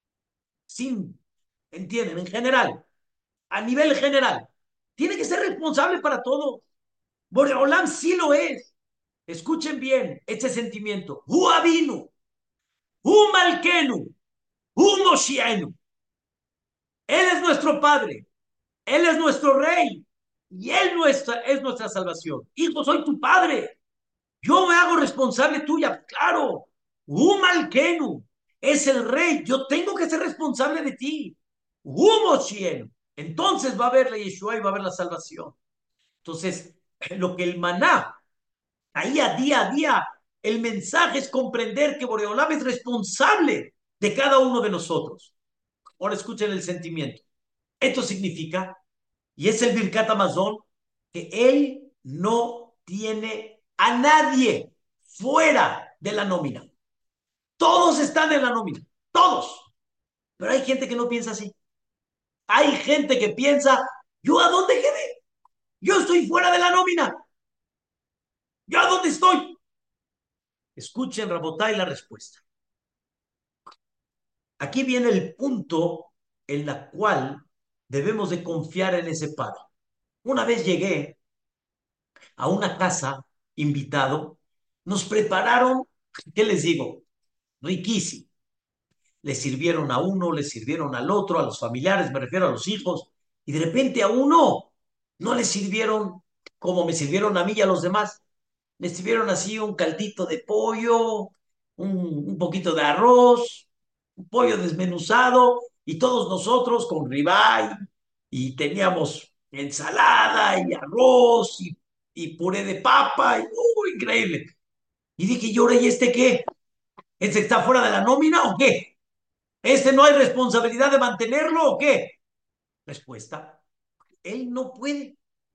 Sin, ¿entienden? En general, a nivel general. Tiene que ser responsable para todo. Boreolam sí lo es. Escuchen bien este sentimiento. Hu Abinu, Hu Malkenu, Hu Moshienu. Él es nuestro Padre. Él es nuestro Rey. Y Él nuestra, es nuestra salvación. Hijo, soy tu Padre. Yo me hago responsable tuya. Claro. Hu Malkenu es el Rey. Yo tengo que ser responsable de ti. Hu Moshienu. Entonces va a haber la Yeshua y va a haber la salvación. Entonces, lo que el maná ahí a día a día, el mensaje es comprender que Boreolam es responsable de cada uno de nosotros. Ahora escuchen el sentimiento. Esto significa, y es el Birkat Hamazon, que él no tiene a nadie fuera de la nómina. Todos están en la nómina, todos. Pero hay gente que no piensa así. Hay gente que piensa, ¿yo a dónde quedé? Yo estoy fuera de la nómina. ¿Yo a dónde estoy? Escuchen, Rabotay, la respuesta. Aquí viene el punto en la cual debemos de confiar en ese padre. Una vez llegué a una casa invitado, nos prepararon, ¿qué les digo? Riquísimo. Le sirvieron a uno, le sirvieron al otro, a los familiares, me refiero a los hijos, y de repente a uno no le sirvieron como me sirvieron a mí y a los demás. Me sirvieron así un caldito de pollo, un, un poquito de arroz, un pollo desmenuzado, y todos nosotros con ribeye, y teníamos ensalada y arroz y, y puré de papa, y, ¡uh, increíble! Y dije, ¿y ahora y este qué? ¿Este está fuera de la nómina o qué? ¿Este no hay responsabilidad de mantenerlo o qué? Respuesta, él no puede.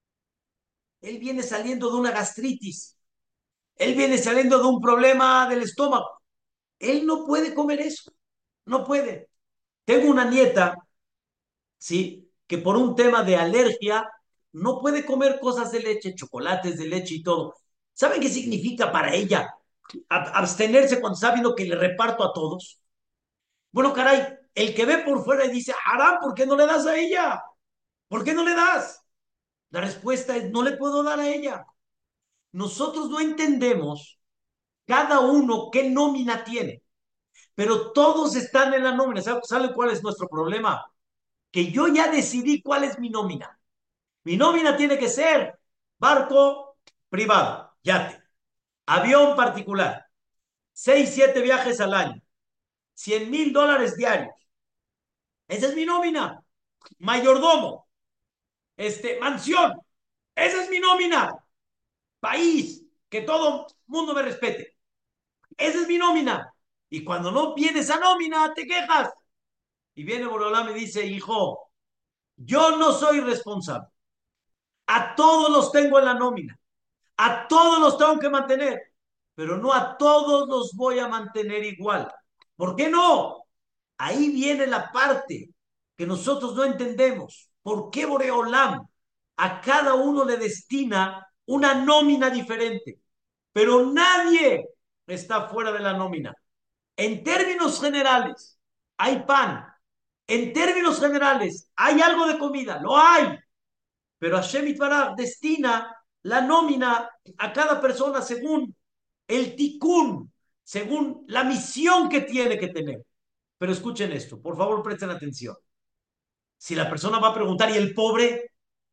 Él viene saliendo de una gastritis. Él viene saliendo de un problema del estómago. Él no puede comer eso. No puede. Tengo una nieta, ¿sí? Que por un tema de alergia no puede comer cosas de leche, chocolates de leche y todo. ¿Saben qué significa para ella abstenerse cuando está viendo que le reparto a todos? Bueno, caray, el que ve por fuera y dice, Haram, ¿por qué no le das a ella? ¿Por qué no le das? La respuesta es, no le puedo dar a ella. Nosotros no entendemos cada uno qué nómina tiene, pero todos están en la nómina. ¿Saben cuál es nuestro problema? Que yo ya decidí cuál es mi nómina. Mi nómina tiene que ser barco privado, yate, avión particular, seis, siete viajes al año, cien mil dólares diarios. Esa es mi nómina. Mayordomo, este, mansión. Esa es mi nómina. País, que todo mundo me respete. Esa es mi nómina. Y cuando no viene esa nómina, te quejas. Y viene Borolá y me dice, hijo, yo no soy responsable. A todos los tengo en la nómina. A todos los tengo que mantener. Pero no a todos los voy a mantener igual. ¿Por qué no? Ahí viene la parte que nosotros no entendemos. ¿Por qué Boreolam a cada uno le destina una nómina diferente? Pero nadie está fuera de la nómina. En términos generales, hay pan. En términos generales, hay algo de comida. Lo hay. Pero Hashem Itbaraj destina la nómina a cada persona según el tikkun, según la misión que tiene que tener. Pero escuchen esto, por favor presten atención. Si la persona va a preguntar, ¿y el pobre?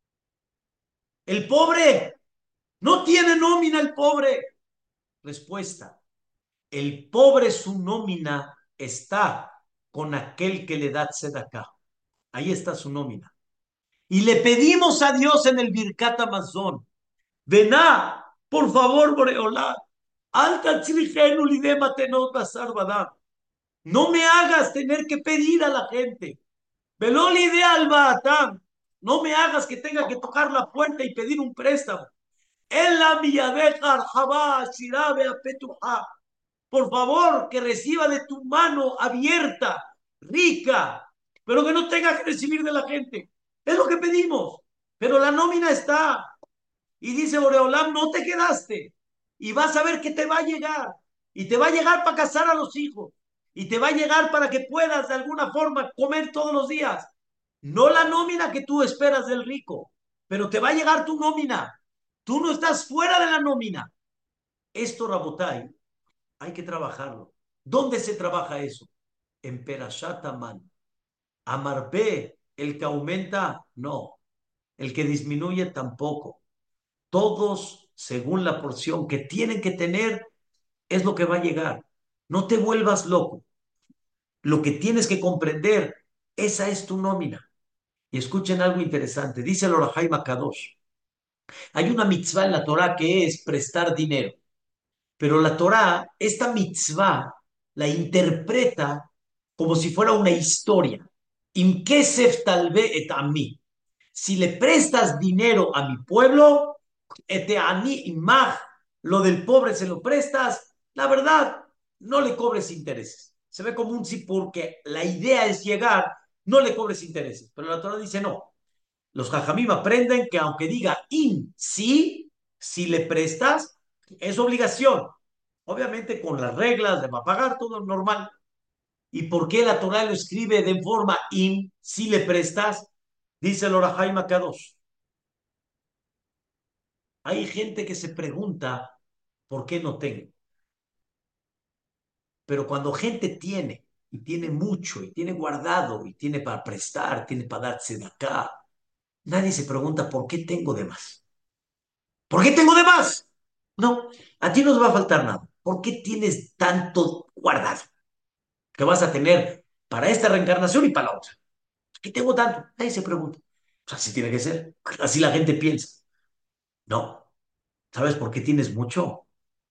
El pobre no tiene nómina, el pobre. Respuesta, el pobre su nómina está con aquel que le da tzedakah. Ahí está su nómina. Y le pedimos a Dios en el Birkat Hamazon, Vená, por favor, Boreolá, alta tzrijenu lidema tenot basar badam. No me hagas tener que pedir a la gente. Velol idea al Baatam. No me hagas que tenga que tocar la puerta y pedir un préstamo. En la miyadeja arjabá shirabe apetuja. Por favor, que reciba de tu mano abierta, rica, pero que no tenga que recibir de la gente. Es lo que pedimos. Pero la nómina está. Y dice Boreolam, no te quedaste. Y vas a ver que te va a llegar. Y te va a llegar para casar a los hijos. Y te va a llegar para que puedas de alguna forma comer todos los días. No la nómina que tú esperas del rico, pero te va a llegar tu nómina. Tú no estás fuera de la nómina. Esto, Rabotai, hay que trabajarlo. ¿Dónde se trabaja eso? En Perashat Aman. Amarbe, el que aumenta, no. El que disminuye, tampoco. Todos, según la porción que tienen que tener, es lo que va a llegar. No te vuelvas loco. Lo que tienes que comprender, esa es tu nómina. Y escuchen algo interesante. Dice el Orahai Makadosh. Hay una mitzvah en la Torah que es prestar dinero. Pero la Torah, esta mitzvah, la interpreta como si fuera una historia. Im kesef talve et ami. Si le prestas dinero a mi pueblo, et ani imach, lo del pobre se lo prestas, la verdad, no le cobres intereses. Se ve como un sí porque la idea es llegar no le cobres intereses. Pero la Torah dice no. Los jajamim aprenden que aunque diga in, sí, si le prestas, es obligación. Obviamente con las reglas de va a pagar, todo normal. ¿Y por qué la Torah lo escribe de forma in, si le prestas? Dice el Orahaim Akadosh. Hay gente que se pregunta por qué no tengo. Pero cuando gente tiene, y tiene mucho, y tiene guardado, y tiene para prestar, tiene para darse de acá, nadie se pregunta por qué tengo de más. ¿Por qué tengo de más? No, a ti no te va a faltar nada. ¿Por qué tienes tanto guardado que vas a tener para esta reencarnación y para la otra? ¿Por qué tengo tanto? Nadie se pregunta. Pues así tiene que ser. Así la gente piensa. No. ¿Sabes por qué tienes mucho?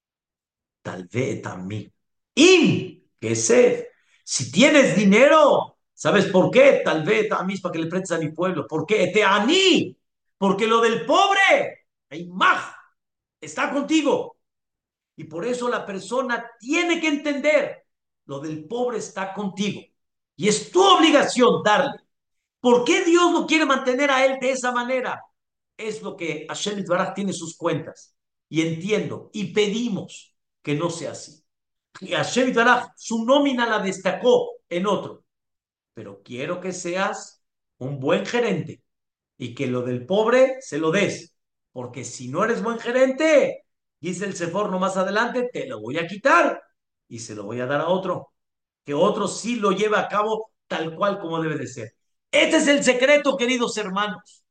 Tal vez también. ¡In! ¿Qué sé? Si tienes dinero, ¿sabes por qué? Tal vez también para que le prestes a mi pueblo. ¿Por qué? Te aní. Porque lo del pobre, hay más, está contigo. Y por eso la persona tiene que entender, lo del pobre está contigo. Y es tu obligación darle. ¿Por qué Dios no quiere mantener a él de esa manera? Es lo que Hashem Itbaraj tiene sus cuentas. Y entiendo, y pedimos que no sea así. Y Hashem Itbaraj, su nómina la destacó en otro. Pero quiero que seas un buen gerente y que lo del pobre se lo des. Porque si no eres buen gerente, dice el Seforno más adelante, te lo voy a quitar y se lo voy a dar a otro. Que otro sí lo lleve a cabo tal cual como debe de ser. Este es el secreto, queridos hermanos.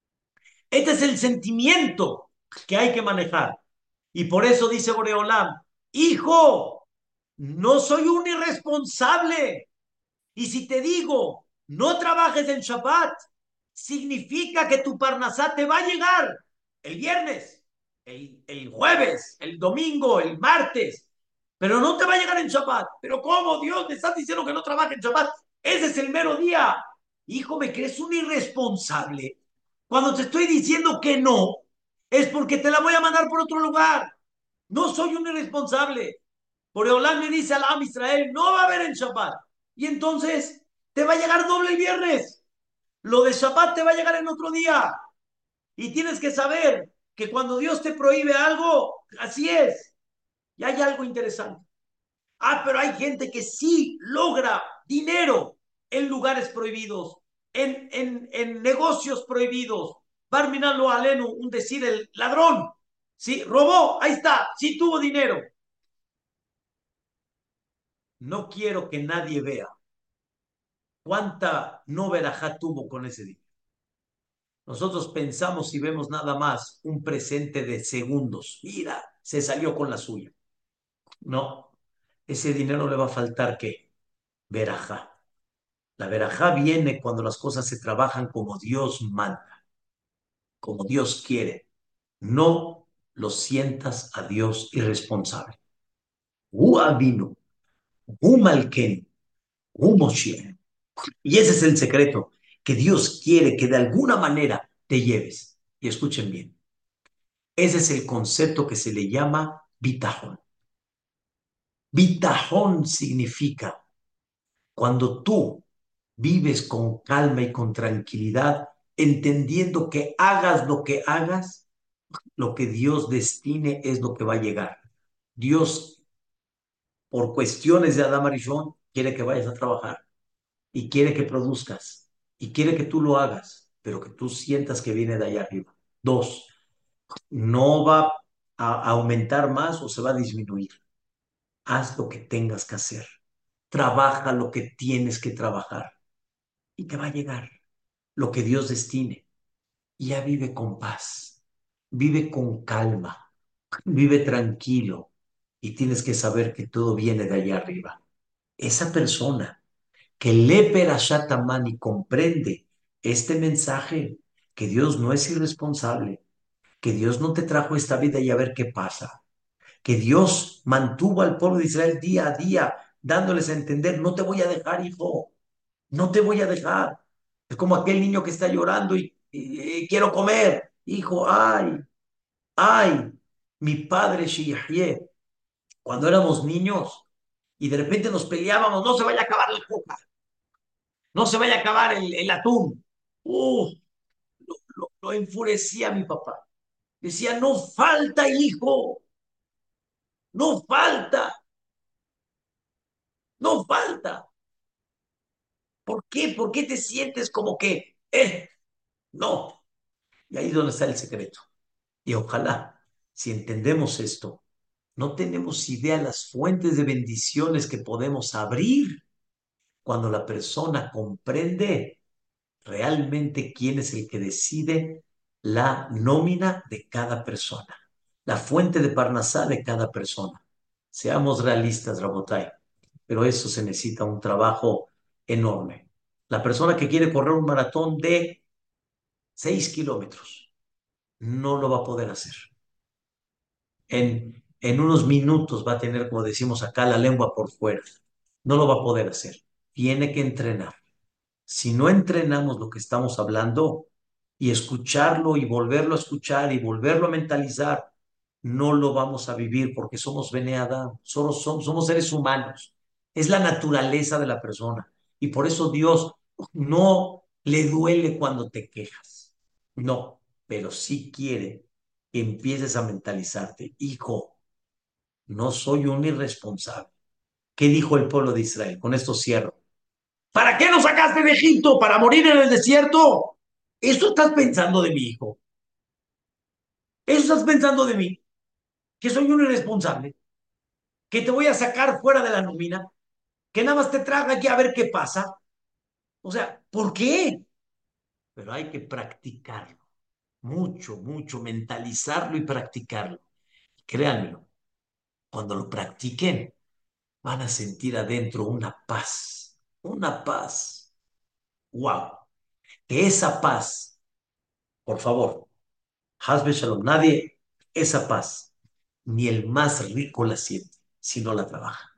Este es el sentimiento que hay que manejar. Y por eso dice Boreolam, hijo, no soy un irresponsable. Y si te digo, no trabajes en Shabbat, significa que tu Parnasá te va a llegar el viernes, el, el jueves, el domingo, el martes, pero no te va a llegar en Shabbat. ¿Pero cómo, Dios? ¿Me estás diciendo que no trabajes en Shabbat? Ese es el mero día. Hijo, ¿me crees un irresponsable? Cuando te estoy diciendo que no, es porque te la voy a mandar por otro lugar. No soy un irresponsable. Boreolán le dice al Am Israel, no va a haber en Shabbat. Y entonces te va a llegar doble el viernes. Lo de Shabbat te va a llegar en otro día. Y tienes que saber que cuando Dios te prohíbe algo, así es. Y hay algo interesante. Ah, pero hay gente que sí logra dinero en lugares prohibidos, en, en, en negocios prohibidos. Barminalo Alenu, un decir, el ladrón. Sí, robó, ahí está, sí tuvo dinero. No quiero que nadie vea cuánta no verajá tuvo con ese dinero. Nosotros pensamos y vemos nada más un presente de segundos. Mira, se salió con la suya. No, ese dinero le va a faltar ¿qué? Verajá. La verajá viene cuando las cosas se trabajan como Dios manda, como Dios quiere. No lo sientas a Dios irresponsable. Hu vino, hu malken, hu Moshiach. Y ese es el secreto, que Dios quiere que de alguna manera te lleves. Y escuchen bien, ese es el concepto que se le llama bitajón. Bitajón significa cuando tú vives con calma y con tranquilidad, entendiendo que hagas lo que hagas, lo que Dios destine es lo que va a llegar. Dios, por cuestiones de Adam Arishon, quiere que vayas a trabajar y quiere que produzcas y quiere que tú lo hagas, pero que tú sientas que viene de allá arriba. Dos, no va a aumentar más o se va a disminuir. Haz lo que tengas que hacer. Trabaja lo que tienes que trabajar y te va a llegar lo que Dios destine. Y ya vive con paz, vive con calma, vive tranquilo y tienes que saber que todo viene de allá arriba. Esa persona que lee Perashat Amán y comprende este mensaje, que Dios no es irresponsable, que Dios no te trajo esta vida y a ver qué pasa, que Dios mantuvo al pueblo de Israel día a día, dándoles a entender, no te voy a dejar, hijo, no te voy a dejar. Es como aquel niño que está llorando y, y- y quiero comer. Hijo, ay, ay, mi padre Shiyahye, cuando éramos niños y de repente nos peleábamos, no se vaya a acabar la coca. no se vaya a acabar el, el atún. Uh, lo, lo, lo enfurecía mi papá. Decía, no falta, hijo, no falta, no falta. ¿Por qué? ¿Por qué te sientes como que, eh, no? Y ahí es donde está el secreto. Y ojalá, si entendemos esto, no tenemos idea las fuentes de bendiciones que podemos abrir cuando la persona comprende realmente quién es el que decide la nómina de cada persona, la fuente de Parnasá de cada persona. Seamos realistas, Rabotai, pero eso se necesita un trabajo enorme. La persona que quiere correr un maratón de seis kilómetros no lo va a poder hacer. En, en unos minutos va a tener, como decimos acá, la lengua por fuera. No lo va a poder hacer. Tiene que entrenar. Si no entrenamos lo que estamos hablando y escucharlo y volverlo a escuchar y volverlo a mentalizar, no lo vamos a vivir porque somos Bene Adam, somos, somos, somos seres humanos. Es la naturaleza de la persona. Y por eso Dios no le duele cuando te quejas. No, pero sí quiere que empieces a mentalizarte. Hijo, no soy un irresponsable. ¿Qué dijo el pueblo de Israel? Con esto cierro. ¿Para qué nos sacaste de Egipto? ¿Para morir en el desierto? ¿Eso estás pensando de mi hijo? ¿Eso estás pensando de mí? ¿Que soy un irresponsable? ¿Que te voy a sacar fuera de la nómina? ¿Que nada más te traga aquí a ver qué pasa? O sea, ¿por qué? Pero hay que practicarlo. Mucho, mucho, mentalizarlo y practicarlo. Créanmelo, cuando lo practiquen, van a sentir adentro una paz. Una paz. ¡Wow! Que esa paz, por favor, Hasbe Shalom, nadie, esa paz, ni el más rico la siente si no la trabaja.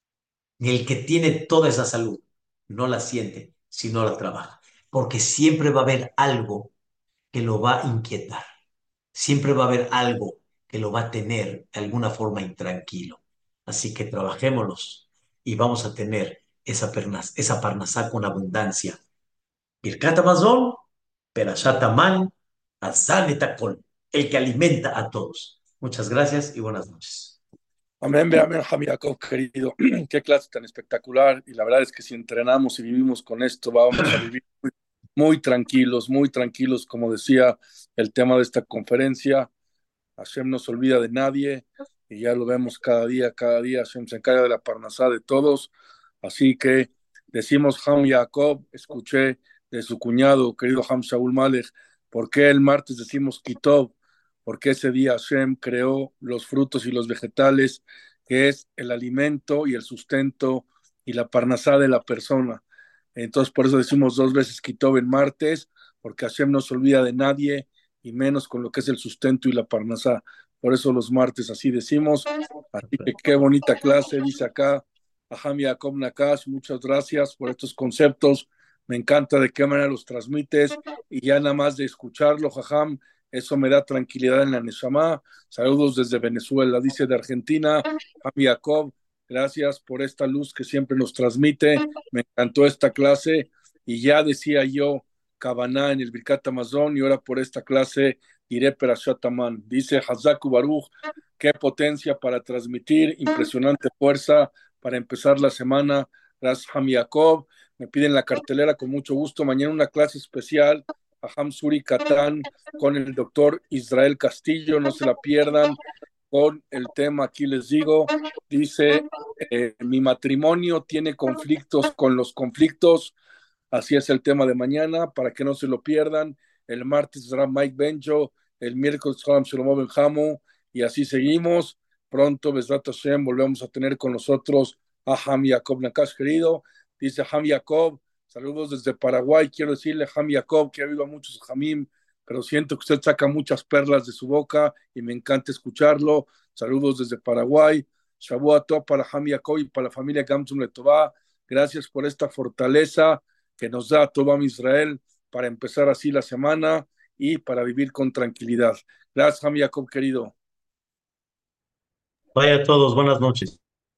Ni el que tiene toda esa salud no la siente si no la trabaja. Porque siempre va a haber algo que lo va a inquietar. Siempre va a haber algo que lo va a tener de alguna forma intranquilo. Así que trabajémoslos y vamos a tener esa, pernas, esa parnasá con abundancia. Birkat Hamazon, Perashat Haman, Hazan et Hakol, el que alimenta a todos. Muchas gracias y buenas noches. Amén, ve, amén, Jacob, querido. Qué clase tan espectacular. Y la verdad es que si entrenamos y vivimos con esto, vamos a vivir muy, muy tranquilos, muy tranquilos, como decía el tema de esta conferencia. Hashem no se olvida de nadie y ya lo vemos cada día, cada día. Hashem se encarga de la parnasá de todos. Así que decimos Ham Jacob, escuché de su cuñado, querido Ham Shaul Malek, ¿por qué el martes decimos Kitov? Porque ese día Hashem creó los frutos y los vegetales, que es el alimento y el sustento y la parnasá de la persona. Entonces, por eso decimos dos veces Kitov en martes, porque Hashem no se olvida de nadie y menos con lo que es el sustento y la parnasá. Por eso los martes así decimos. Así que qué bonita clase, dice acá Aham Yaakov Nakash, muchas gracias por estos conceptos. Me encanta de qué manera los transmites y ya nada más de escucharlo, Jajam, eso me da tranquilidad en la Neshama. Saludos desde Venezuela, dice de Argentina, Aham Yaakov, gracias por esta luz que siempre nos transmite. Me encantó esta clase y ya decía yo, Kabaná en el Birkat Amazon y ahora por esta clase iré Perashat Aman. Dice Hazaku Baruch, qué potencia para transmitir, impresionante fuerza para empezar la semana. Gracias, Ham Yaakov. Me piden la cartelera con mucho gusto. Mañana una clase especial a Hamsuri Katán con el doctor Israel Castillo. No se la pierdan con el tema. Aquí les digo, dice, eh, mi matrimonio tiene conflictos con los conflictos. Así es el tema de mañana, para que no se lo pierdan. El martes será Mike Benjo, el miércoles Ham Shlomo Benjamo, y así seguimos. Pronto, Besrat Hashem, volvemos a tener con nosotros a Ham Yaakov Nakash, querido. Dice Ham Yaakov, saludos desde Paraguay. Quiero decirle, Ham Yaakov, que ha habido a muchos Hamim, pero siento que usted saca muchas perlas de su boca y me encanta escucharlo. Saludos desde Paraguay. Shavua Tov para Ham Yaakov y para la familia Gamsum Letová. Gracias por esta fortaleza que nos da todo a Israel para empezar así la semana y para vivir con tranquilidad. Gracias, Ham Jacob, querido. Vaya a todos, buenas noches.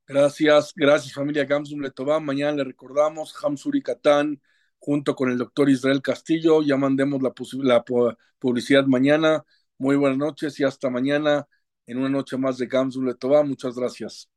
Gracias, gracias familia Gamsum Letová. Mañana le recordamos Hamzuri Catán junto con el doctor Israel Castillo. Ya mandemos la, la publicidad mañana. Muy buenas noches y hasta mañana en una noche más de Gamsum Letová. Muchas gracias.